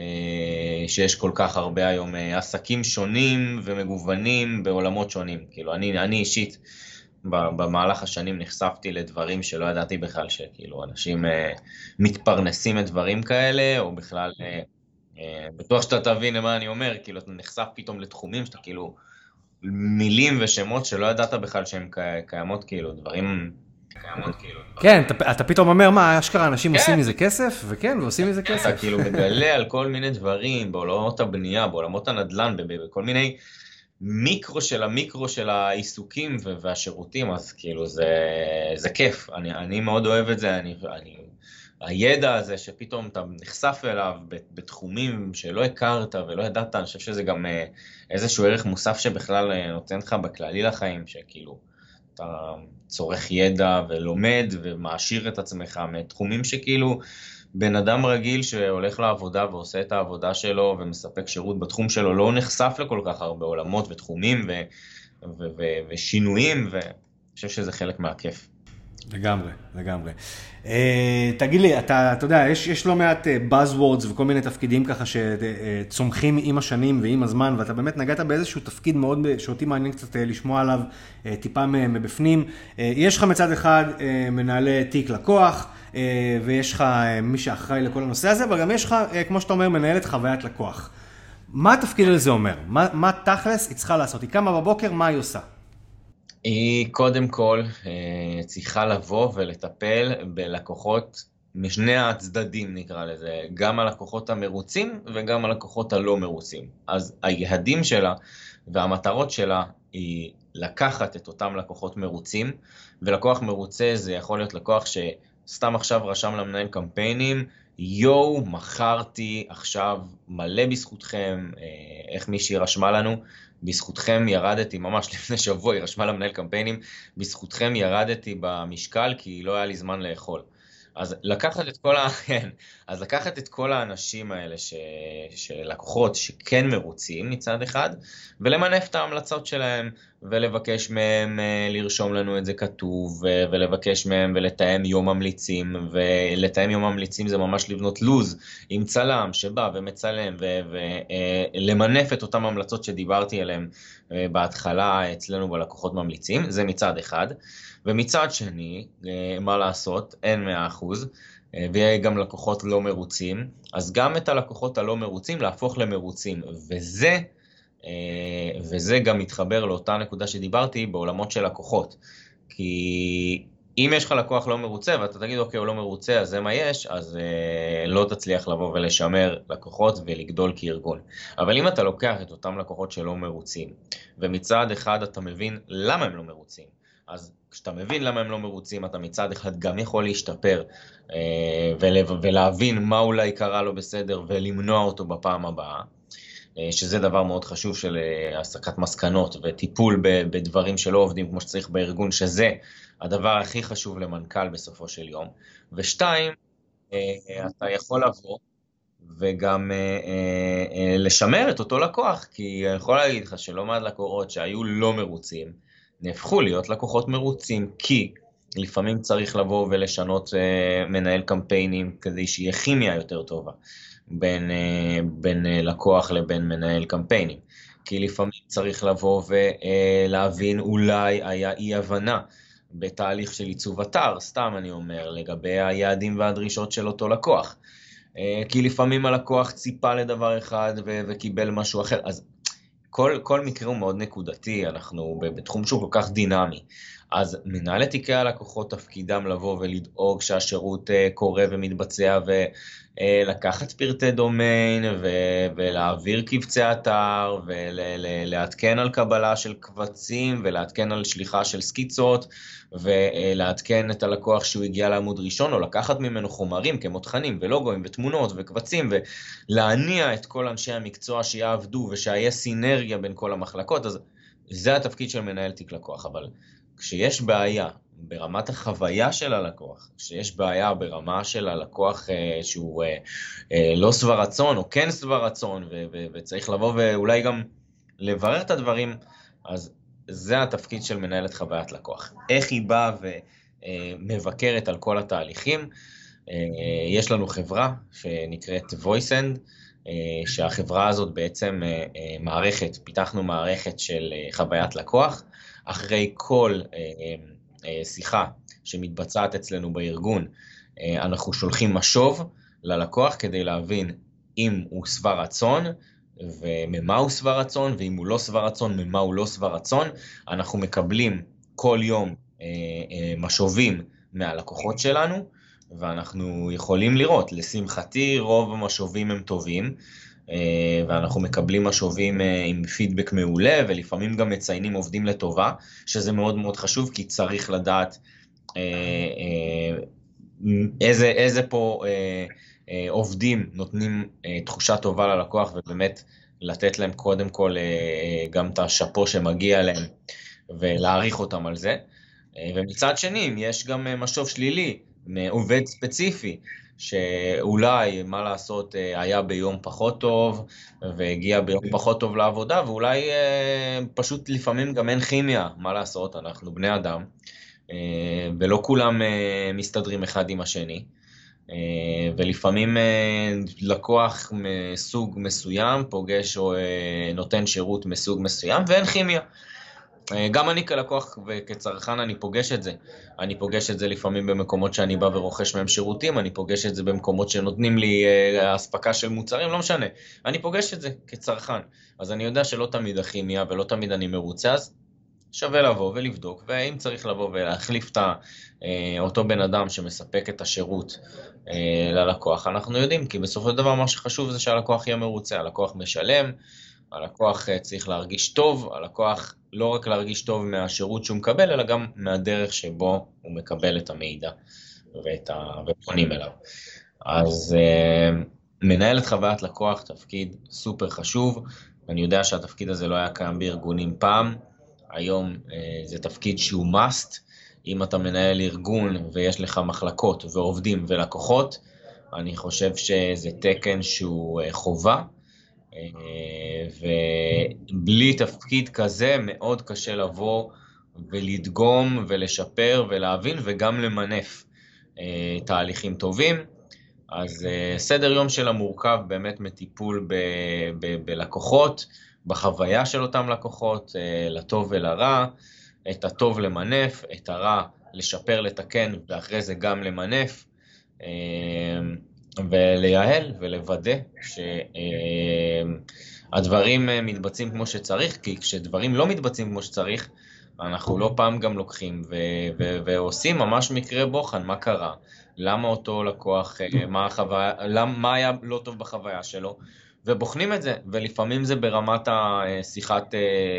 שיש כל כך הרבה היום עסקים שונים ומגוונים בעולמות שונים. כאילו אני, אני אישית במהלך השנים נחשפתי לדברים שלא ידעתי בכלל, שכאילו אנשים מתפרנסים את דברים כאלה, או בכלל, בטוח שאתה תבין למה אני אומר, כאילו אתה נחשף פתאום לתחומים שאתה כאילו מילים ושמות שלא ידעת בכלל שהם קיימות, כאילו דברים קיימות כאילו. כן, אתה, אתה פתאום אומר מה, אשכרה אנשים כן. עושים מזה כסף, וכן, ועושים מזה כסף. אתה כאילו מגלה על כל מיני דברים, בעולמות הבנייה, בעולמות הנדל"ן, בכל מיני מיקרו של המיקרו של העיסוקים והשירותים, אז כאילו זה, זה כיף. אני, אני מאוד אוהב את זה, אני, אני, הידע הזה שפתאום אתה נחשף אליו בתחומים שלא הכרת ולא ידעת, אני חושב שזה גם איזשהו ערך מוסף שבכלל נותן לך בכללי לחיים, שכאילו אתה צורך ידע ולומד ומעשיר את עצמך מתחומים שכאילו בן אדם רגיל שהולך לעבודה ועושה את העבודה שלו ומספק שירות בתחום שלו לא נחשף לכל כך הרבה עולמות ותחומים ו- ו- ו- ושינויים, ואני חושב שזה חלק מהכיף. לגמרי, לגמרי. Uh, תגיד לי, אתה, אתה יודע, יש, יש לא מעט uh, buzzwords וכל מיני תפקידים ככה שצומחים עם השנים ועם הזמן, ואתה באמת נגעת באיזשהו תפקיד מאוד, שאותי מעניין קצת uh, לשמוע עליו uh, טיפה מבפנים. Uh, יש לך מצד אחד uh, מנהלי תיק לקוח, uh, ויש לך uh, מי שאחראי לכל הנושא הזה, אבל גם יש לך, uh, כמו שאתה אומר, מנהלת חוויית לקוח. מה התפקיד על זה אומר? מה, מה תכלס היא צריכה לעשות? היא קמה בבוקר, מה היא עושה? היא קודם כל צריכה לבוא ולטפל בלקוחות משני הצדדים נקרא לזה, גם הלקוחות המרוצים וגם הלקוחות הלא מרוצים. אז היעדים שלה והמטרות שלה היא לקחת את אותם לקוחות מרוצים, ולקוח מרוצה זה יכול להיות לקוח שסתם עכשיו רשם למנהל קמפיינים, יואו, מכרתי עכשיו מלא בזכותכם, איך מישהי רשמה לנו, בזכותכם ירדתי, ממש לפני שבוע היא רשמה למנהל קמפיינים, בזכותכם ירדתי במשקל כי לא היה לי זמן לאכול. אז לקחת את כל ה... כן, אז לקחת את כל האנשים האלה ש... שלקוחות שכן מרוצים מצד אחד, ולמנף את ההמלצות שלהם, ולבקש מהם לרשום לנו את זה כתוב, ולבקש מהם ולתאם יום ממליצים, ולתאם יום ממליצים זה ממש לבנות לוז עם צלם שבא ומצלם, ולמנף את אותם המלצות שדיברתי עליהם בהתחלה אצלנו בלקוחות ממליצים, זה מצד אחד. ומצד שני, מה לעשות, אין מאה אחוז, ויהיה גם לקוחות לא מרוצים, אז גם את הלקוחות הלא מרוצים להפוך למרוצים, וזה, וזה גם מתחבר לאותה נקודה שדיברתי בעולמות של לקוחות, כי אם יש לך לקוח לא מרוצה, ואתה תגיד, אוקיי, הוא לא מרוצה, אז זה מה יש, אז לא תצליח לבוא ולשמר לקוחות ולגדול כארגון. אבל אם אתה לוקח את אותם לקוחות שלא מרוצים, ומצד אחד אתה מבין למה הם לא מרוצים, אז כשאתה מבין למה הם לא מרוצים, אתה מצד אחד גם יכול להשתפר ולהבין מה אולי קרה לו בסדר ולמנוע אותו בפעם הבאה, שזה דבר מאוד חשוב של הסקת מסקנות וטיפול בדברים שלא עובדים כמו שצריך בארגון, שזה הדבר הכי חשוב למנכ"ל בסופו של יום. ושתיים, אתה יכול לבוא וגם לשמר את אותו לקוח, כי אני יכול להגיד לך שלא מעט לקוחות שהיו לא מרוצים, נהפכו להיות לקוחות מרוצים, כי לפעמים צריך לבוא ולשנות uh, מנהל קמפיינים כדי שיהיה כימיה יותר טובה בין, uh, בין uh, לקוח לבין מנהל קמפיינים. כי לפעמים צריך לבוא ולהבין uh, אולי היה אי הבנה בתהליך של עיצוב אתר, סתם אני אומר, לגבי היעדים והדרישות של אותו לקוח. Uh, כי לפעמים הלקוח ציפה לדבר אחד ו- וקיבל משהו אחר, אז כל, כל מקרה הוא מאוד נקודתי, אנחנו בתחום שהוא כל כך דינמי, אז מנהלי תיקי הלקוחות תפקידם לבוא ולדאוג שהשירות קורה ומתבצע ולקחת פרטי דומיין ולהעביר קבצי אתר ולעדכן על קבלה של קבצים ולעדכן על שליחה של סקיצות ולעדכן את הלקוח שהוא הגיע לעמוד ראשון או לקחת ממנו חומרים כמו תכנים ולוגוים ותמונות וקבצים ולהניע את כל אנשי המקצוע שיעבדו ושיהיה סינרגיה בין כל המחלקות, אז זה התפקיד של מנהל תיק לקוח. אבל כשיש בעיה ברמת החוויה של הלקוח, כשיש בעיה ברמה של הלקוח אה, שהוא אה, אה, לא שבע רצון או כן שבע רצון ו- ו- וצריך לבוא ואולי גם לברר את הדברים, אז זה התפקיד של מנהלת חוויית לקוח. איך היא באה ומבקרת על כל התהליכים. אה, יש לנו חברה שנקראת voicend, אה, שהחברה הזאת בעצם אה, אה, מערכת, פיתחנו מערכת של אה, חוויית לקוח, אחרי כל אה, אה, שיחה שמתבצעת אצלנו בארגון, אה, אנחנו שולחים משוב ללקוח כדי להבין אם הוא שבע רצון, וממה הוא שבע רצון, ואם הוא לא שבע רצון, ממה הוא לא שבע רצון. אנחנו מקבלים כל יום אה, אה, משובים מהלקוחות שלנו, ואנחנו יכולים לראות, לשמחתי רוב המשובים הם טובים, ואנחנו מקבלים משובים עם פידבק מעולה, ולפעמים גם מציינים עובדים לטובה, שזה מאוד מאוד חשוב, כי צריך לדעת איזה, איזה פה עובדים נותנים תחושה טובה ללקוח, ובאמת לתת להם קודם כל גם את השפו שמגיע להם, ולהעריך אותם על זה. ומצד שני, יש גם משוב שלילי, מעובד ספציפי, שאולי, מה לעשות, היה ביום פחות טוב, והגיע ביום פחות טוב לעבודה, ואולי פשוט לפעמים גם אין כימיה, מה לעשות, אנחנו בני אדם, ולא כולם מסתדרים אחד עם השני, ולפעמים לקוח מסוג מסוים, פוגש או נותן שירות מסוג מסוים, ואין כימיה. גם אני כלקוח וכצרכן אני פוגש את זה. אני פוגש את זה לפעמים במקומות שאני בא ורוכש מהם שירותים, אני פוגש את זה במקומות שנותנים לי הספקה של מוצרים, לא משנה. אני פוגש את זה כצרכן. אז אני יודע שלא תמיד הכימיה ולא תמיד אני מרוצה, אז שווה לבוא ולבדוק, ואם צריך לבוא ולהחליף את אותו בן אדם שמספק את השירות ללקוח, אנחנו יודעים, כי בסופו של דבר מה שחשוב זה שהלקוח יהיה מרוצה, הלקוח משלם, הלקוח צריך להרגיש טוב, הלקוח לא רק להרגיש טוב מהשירות שהוא מקבל, אלא גם מהדרך שבו הוא מקבל את המידע ואת ה... ופונים אליו. אז מנהל את חוויית לקוח, תפקיד סופר חשוב, אני יודע שהתפקיד הזה לא היה קיים בארגונים פעם, היום זה תפקיד שהוא must, אם אתה מנהל ארגון ויש לך מחלקות ועובדים ולקוחות, אני חושב שזה תקן שהוא חובה, ובלי תפקיד כזה מאוד קשה לבוא ולדגום ולשפר ולהבין וגם למנף תהליכים טובים. אז סדר יום שלה מורכב באמת מטיפול ב- ב- בלקוחות, בחוויה של אותם לקוחות, לטוב ולרע, את הטוב למנף, את הרע לשפר, לתקן ואחרי זה גם למנף. ולייעל ולוודא שהדברים מתבצעים כמו שצריך, כי כשדברים לא מתבצעים כמו שצריך, אנחנו לא פעם גם לוקחים ו- ו- ועושים ממש מקרה בוחן, מה קרה, למה אותו לקוח, מה, החוויה, למה, מה היה לא טוב בחוויה שלו, ובוחנים את זה, ולפעמים זה ברמת השיחת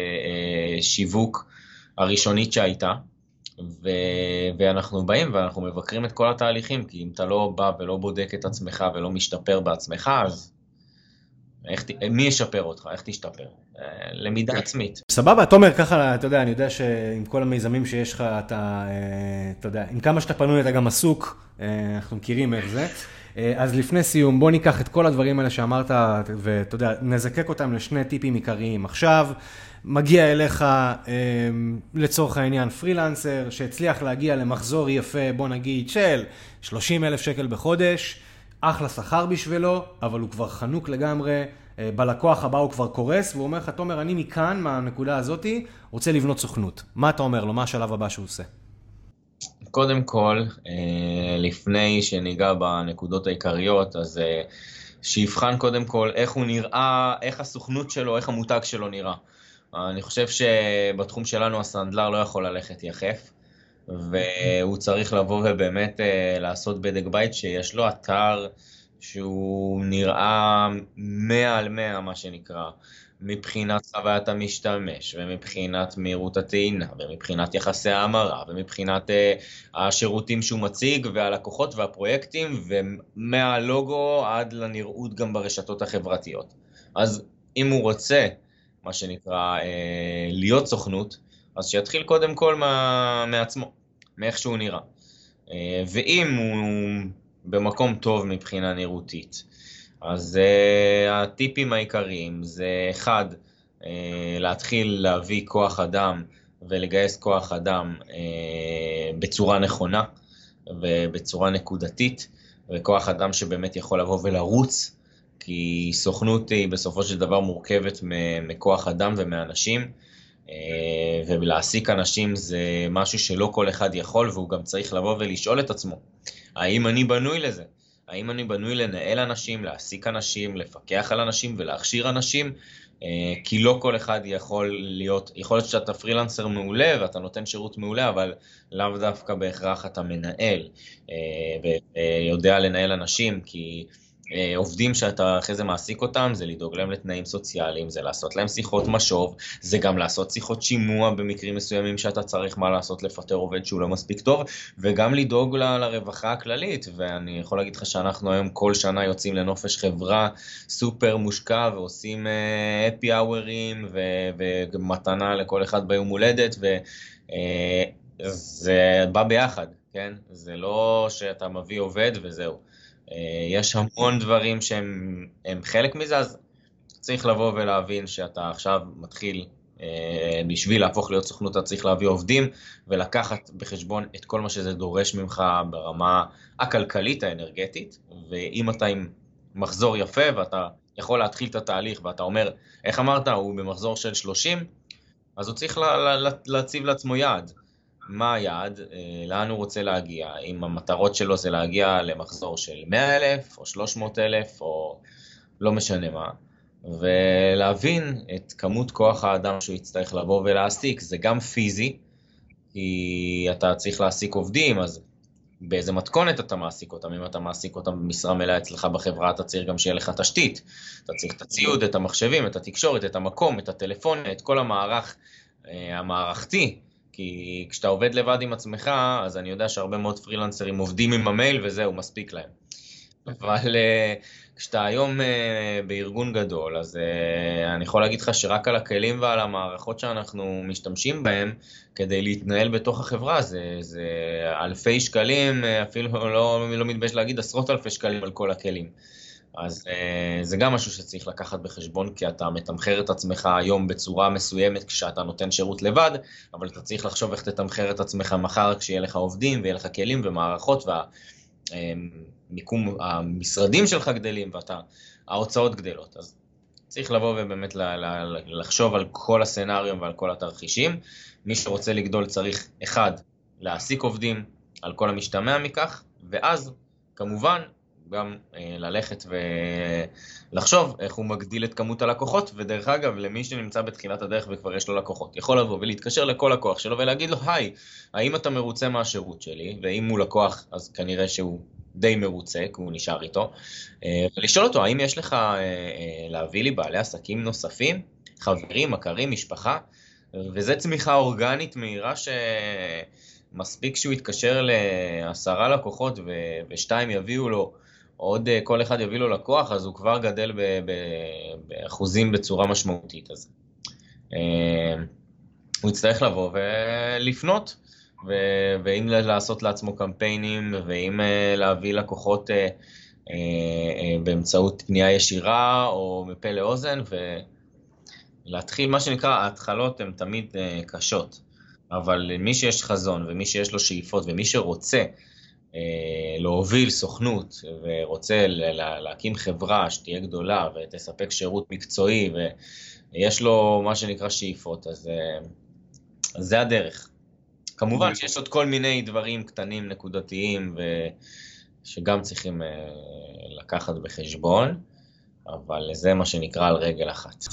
שיווק הראשונית שהייתה, ו... ואנחנו באים ואנחנו מבקרים את כל התהליכים, כי אם אתה לא בא ולא בודק את עצמך ולא משתפר בעצמך, אז איך... מי ישפר אותך? איך תשתפר? למידה עצמית. סבבה, תומר, ככה, אתה יודע, אני יודע שעם כל המיזמים שיש לך, אתה, אתה יודע, עם כמה שאתה פנוי אתה גם עסוק, אנחנו מכירים איך זה. אז לפני סיום, בוא ניקח את כל הדברים האלה שאמרת, ואתה יודע, נזקק אותם לשני טיפים עיקריים. עכשיו, מגיע אליך, אה, לצורך העניין, פרילנסר, שהצליח להגיע למחזור יפה, בוא נגיד, של שלושים אלף שקל בחודש, אחלה שכר בשבילו, אבל הוא כבר חנוק לגמרי, אה, בלקוח הבא הוא כבר קורס, והוא אומר לך, תומר, אני מכאן, מהנקודה הזאת, רוצה לבנות סוכנות. מה אתה אומר לו? מה השלב הבא שהוא עושה? קודם כל, לפני שניגע בנקודות העיקריות, אז שיבחן קודם כל איך הוא נראה, איך הסוכנות שלו, איך המותג שלו נראה. אני חושב שבתחום שלנו הסנדלר לא יכול ללכת יחף, והוא צריך לבוא ובאמת לעשות בדק בית שיש לו אתר שהוא נראה מאה על מאה, מה שנקרא, מבחינת חוויית המשתמש, ומבחינת מהירות הטעינה, ומבחינת יחסי ההמרה, ומבחינת uh, השירותים שהוא מציג, והלקוחות והפרויקטים, ומהלוגו עד לנראות גם ברשתות החברתיות. אז אם הוא רוצה, מה שנקרא, uh, להיות סוכנות, אז שיתחיל קודם כל מה, מעצמו, מאיך שהוא נראה. Uh, ואם הוא במקום טוב מבחינה נראותית, אז uh, הטיפים העיקריים זה אחד, uh, להתחיל להביא כוח אדם ולגייס כוח אדם uh, בצורה נכונה ובצורה נקודתית, וכוח אדם שבאמת יכול לבוא ולרוץ, כי סוכנות היא בסופו של דבר מורכבת מכוח אדם ומאנשים, uh, ולהעסיק אנשים זה משהו שלא כל אחד יכול, והוא גם צריך לבוא ולשאול את עצמו, האם אני בנוי לזה? האם אני בנוי לנהל אנשים, להעסיק אנשים, לפקח על אנשים ולהכשיר אנשים, כי לא כל אחד יכול להיות, יכול להיות שאתה פרילנסר מעולה ואתה נותן שירות מעולה, אבל לאו דווקא בהכרח אתה מנהל ויודע לנהל אנשים, כי עובדים שאתה אחרי זה מעסיק אותם, זה לדאוג להם לתנאים סוציאליים, זה לעשות להם שיחות משוב, זה גם לעשות שיחות שימוע במקרים מסוימים שאתה צריך מה לעשות לפטר עובד שהוא לא מספיק טוב, וגם לדאוג ל- לרווחה הכללית, ואני יכול להגיד לך שאנחנו היום כל שנה יוצאים לנופש חברה סופר מושקע, ועושים happy hour'ים, ו- ומתנה לכל אחד ביום הולדת, וזה בא ביחד, כן? זה לא שאתה מביא עובד וזהו. יש המון דברים שהם הם חלק מזה, אז צריך לבוא ולהבין שאתה עכשיו מתחיל, בשביל להפוך להיות סוכנות, אתה צריך להביא עובדים ולקחת בחשבון את כל מה שזה דורש ממך ברמה הכלכלית, האנרגטית, ואם אתה עם מחזור יפה ואתה יכול להתחיל את התהליך ואתה אומר, איך אמרת, הוא במחזור של שלושים, אז הוא צריך לה, לה, להציב לעצמו יעד. מה היעד? לאן הוא רוצה להגיע? אם המטרות שלו זה להגיע למחזור של מאה אלף או שלוש מאות אלף או לא משנה מה. ולהבין את כמות כוח האדם שהוא יצטרך לבוא ולהעסיק. זה גם פיזי, כי אתה צריך להעסיק עובדים, אז באיזה מתכונת אתה מעסיק אותם. אם אתה מעסיק אותם במשרה מלאה אצלך בחברה, אתה צריך גם שיהיה לך תשתית. אתה צריך את הציוד, את המחשבים, את התקשורת, את המקום, את הטלפון, את כל המערך המערכתי. כי כשאתה עובד לבד עם עצמך, אז אני יודע שהרבה מאוד פרילנסרים עובדים עם המייל וזהו, מספיק להם. אבל כשאתה היום בארגון גדול, אז אני יכול להגיד לך שרק על הכלים ועל המערכות שאנחנו משתמשים בהם, כדי להתנהל בתוך החברה, זה, זה אלפי שקלים, אפילו לא, לא מתבייש להגיד עשרות אלפי שקלים על כל הכלים. אז זה גם משהו שצריך לקחת בחשבון, כי אתה מתמחר את עצמך היום בצורה מסוימת כשאתה נותן שירות לבד, אבל אתה צריך לחשוב איך תתמחר את עצמך מחר כשיהיה לך עובדים ויהיה לך כלים ומערכות, והמיקום, המשרדים שלך גדלים וההוצאות גדלות. אז צריך לבוא ובאמת לחשוב על כל הסנריום ועל כל התרחישים. מי שרוצה לגדול צריך, אחד, להעסיק עובדים על כל המשתמע מכך, ואז כמובן גם אה, ללכת ולחשוב איך הוא מגדיל את כמות הלקוחות, ודרך אגב, למי שנמצא בתחילת הדרך וכבר יש לו לקוחות, יכול לבוא ולהתקשר לכל לקוח שלו ולהגיד לו, היי, האם אתה מרוצה מהשירות שלי? ואם הוא לקוח, אז כנראה שהוא די מרוצה, כי הוא נשאר איתו, אה, ולשאול אותו, האם יש לך אה, אה, להביא לי בעלי עסקים נוספים, חברים, מכרים, משפחה, וזה צמיחה אורגנית מהירה ש... מספיק שהוא יתקשר לעשרה לקוחות ו... ושתיים יביאו לו, עוד כל אחד יביא לו לקוח, אז הוא כבר גדל ב... ב... באחוזים בצורה משמעותית. אז הוא יצטרך לבוא ולפנות, ו... ואם לעשות לעצמו קמפיינים, ואם להביא לקוחות באמצעות פנייה ישירה או מפה לאוזן, ולהתחיל, מה שנקרא, ההתחלות הן תמיד קשות. אבל מי שיש חזון ומי שיש לו שאיפות ומי שרוצה אה, להוביל סוכנות ורוצה לה, להקים חברה שתהיה גדולה ותספק שירות מקצועי ויש לו מה שנקרא שאיפות, אז, אה, אז זה הדרך. כמובן שיש עוד כל מיני דברים קטנים נקודתיים שגם צריכים אה, לקחת בחשבון. אבל זה מה שנקרא על רגל אחת.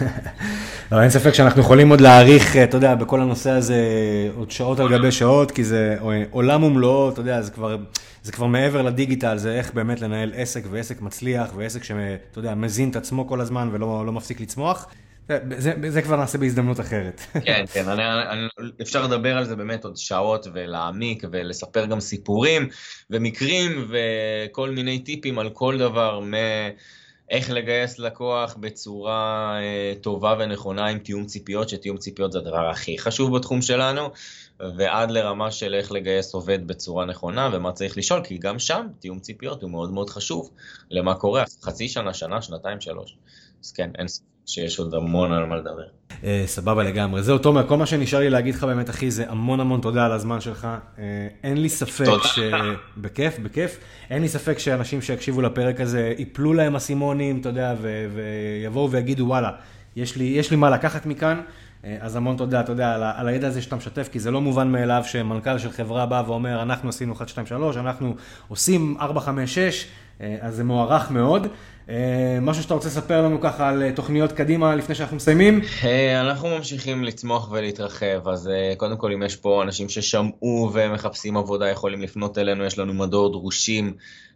לא, אין ספק שאנחנו יכולים עוד להעריך, אתה יודע, בכל הנושא הזה עוד שעות על גבי שעות, כי זה עולם ומלואו, אתה יודע, זה כבר, זה כבר מעבר לדיגיטל, זה איך באמת לנהל עסק ועסק מצליח, ועסק שאתה יודע, מזין את עצמו כל הזמן ולא לא מפסיק לצמוח. זה, זה כבר נעשה בהזדמנות אחרת. כן, כן, אני, אני, אפשר לדבר על זה באמת עוד שעות ולהעמיק ולספר גם סיפורים ומקרים וכל מיני טיפים על כל דבר מ... איך לגייס לקוח בצורה אה, טובה ונכונה עם תיאום ציפיות, שתיאום ציפיות זה הדבר הכי חשוב בתחום שלנו, ועד לרמה של איך לגייס עובד בצורה נכונה ומה צריך לשאול, כי גם שם תיאום ציפיות הוא מאוד מאוד חשוב למה קורה, חצי שנה, שנה, שנתיים, שלוש. אז כן, אין ספק שיש עוד המון על מה לדבר. סבבה לגמרי. זהו, תומר, כל מה שנשאר לי להגיד לך באמת, אחי, זה המון המון תודה על הזמן שלך. אין לי ספק ש... בכיף, בכיף. אין לי ספק שאנשים שיקשיבו לפרק הזה, יפלו להם הסימונים, אתה יודע, ויבואו ויגידו, וואלה, יש לי, יש לי מה לקחת מכאן. אז המון תודה, אתה יודע, על, על הידע הזה שאתה משתף, כי זה לא מובן מאליו שמנכ"ל של חברה בא ואומר, אנחנו עשינו אחת, שתיים, שלוש, אנחנו עושים ארבע, חמש, שש, אז זה מוערך מאוד. משהו שאתה רוצה לספר לנו ככה על תוכניות קדימה לפני שאנחנו מסיימים? אנחנו ממשיכים לצמוח ולהתרחב, אז קודם כל אם יש פה אנשים ששמעו ומחפשים עבודה יכולים לפנות אלינו, יש לנו מדור דרושים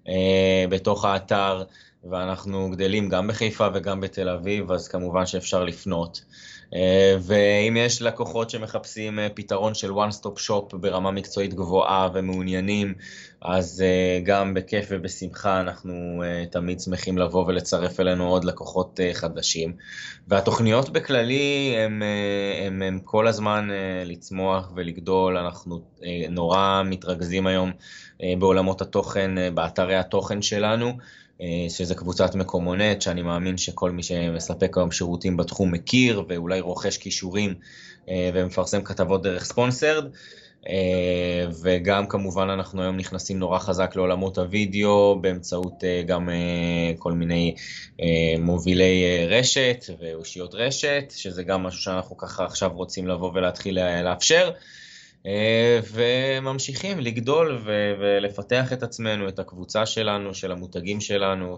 בתוך האתר, ואנחנו גדלים גם בחיפה וגם בתל אביב, אז כמובן שאפשר לפנות. ואם יש לקוחות שמחפשים פתרון של one stop shop ברמה מקצועית גבוהה ומעוניינים, אז גם בכיף ובשמחה אנחנו תמיד שמחים לבוא ולצרף אלינו עוד לקוחות חדשים. והתוכניות בכללי הם, הם, הם כל הזמן לצמוח ולגדול, אנחנו נורא מתרכזים היום בעולמות התוכן, באתרי התוכן שלנו, שזה קבוצת מקומונט, שאני מאמין שכל מי שמספק היום שירותים בתחום מכיר, ואולי רוכש קישורים ומפרסם כתבות דרך ספונסרד. וגם כמובן אנחנו היום נכנסים נורא חזק לעולמות הוידאו, באמצעות גם כל מיני מובילי רשת ואושיות רשת, שזה גם משהו שאנחנו ככה עכשיו רוצים לבוא ולהתחיל לאפשר, וממשיכים לגדול ולפתח את עצמנו, את הקבוצה שלנו, של המותגים שלנו,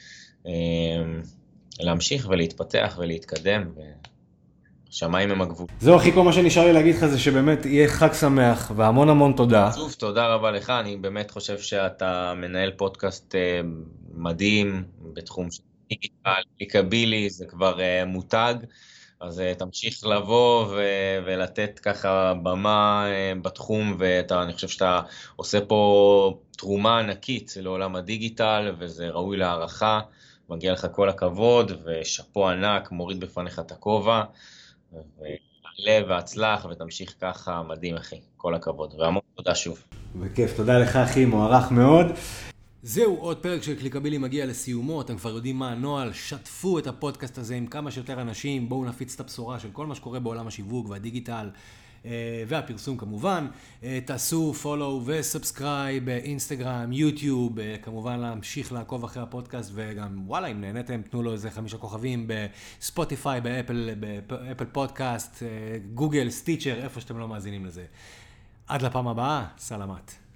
ולהמשיך ולהתפתח ולהתקדם. שמיים הם הגבול. זהו, אחי, כל מה שנשאר לי להגיד לך זה שבאמת יהיה חג שמח, והמון המון תודה. שוב, תודה רבה לך, אני באמת חושב שאתה מנהל פודקאסט מדהים, בתחום של דיגיטל, קליקבילי, זה כבר מותג, אז תמשיך לבוא ו- ולתת ככה במה בתחום, ואני חושב שאתה עושה פה תרומה ענקית לעולם הדיגיטל, וזה ראוי להערכה, מגיע לך כל הכבוד, ושפו ענק, מוריד בפניך את הכובע, ולב והצלח, ותמשיך ככה, מדהים אחי, כל הכבוד, והמון תודה שוב. בכיף, תודה לך אחי, מוערך מאוד. זהו, עוד פרק של קליקבילי מגיע לסיומו, אתם כבר יודעים מה הנוהל, שתפו את הפודקאסט הזה עם כמה שיותר אנשים, בואו נפיץ את הבשורה של כל מה שקורה בעולם השיווק והדיגיטל, והפרסום כמובן. תעשו פולו וסאבסקרייב באינסטגרם, יוטיוב, כמובן להמשיך לעקוב אחרי הפודקאסט, וגם וואלה, אם נהנתם, תנו לו איזה חמישה כוכבים בספוטיפיי, באפל, באפל פודקאסט, גוגל, סטיצ'ר, איפה שאתם לא מאזינים לזה. עד לפעם הבאה, סלמת.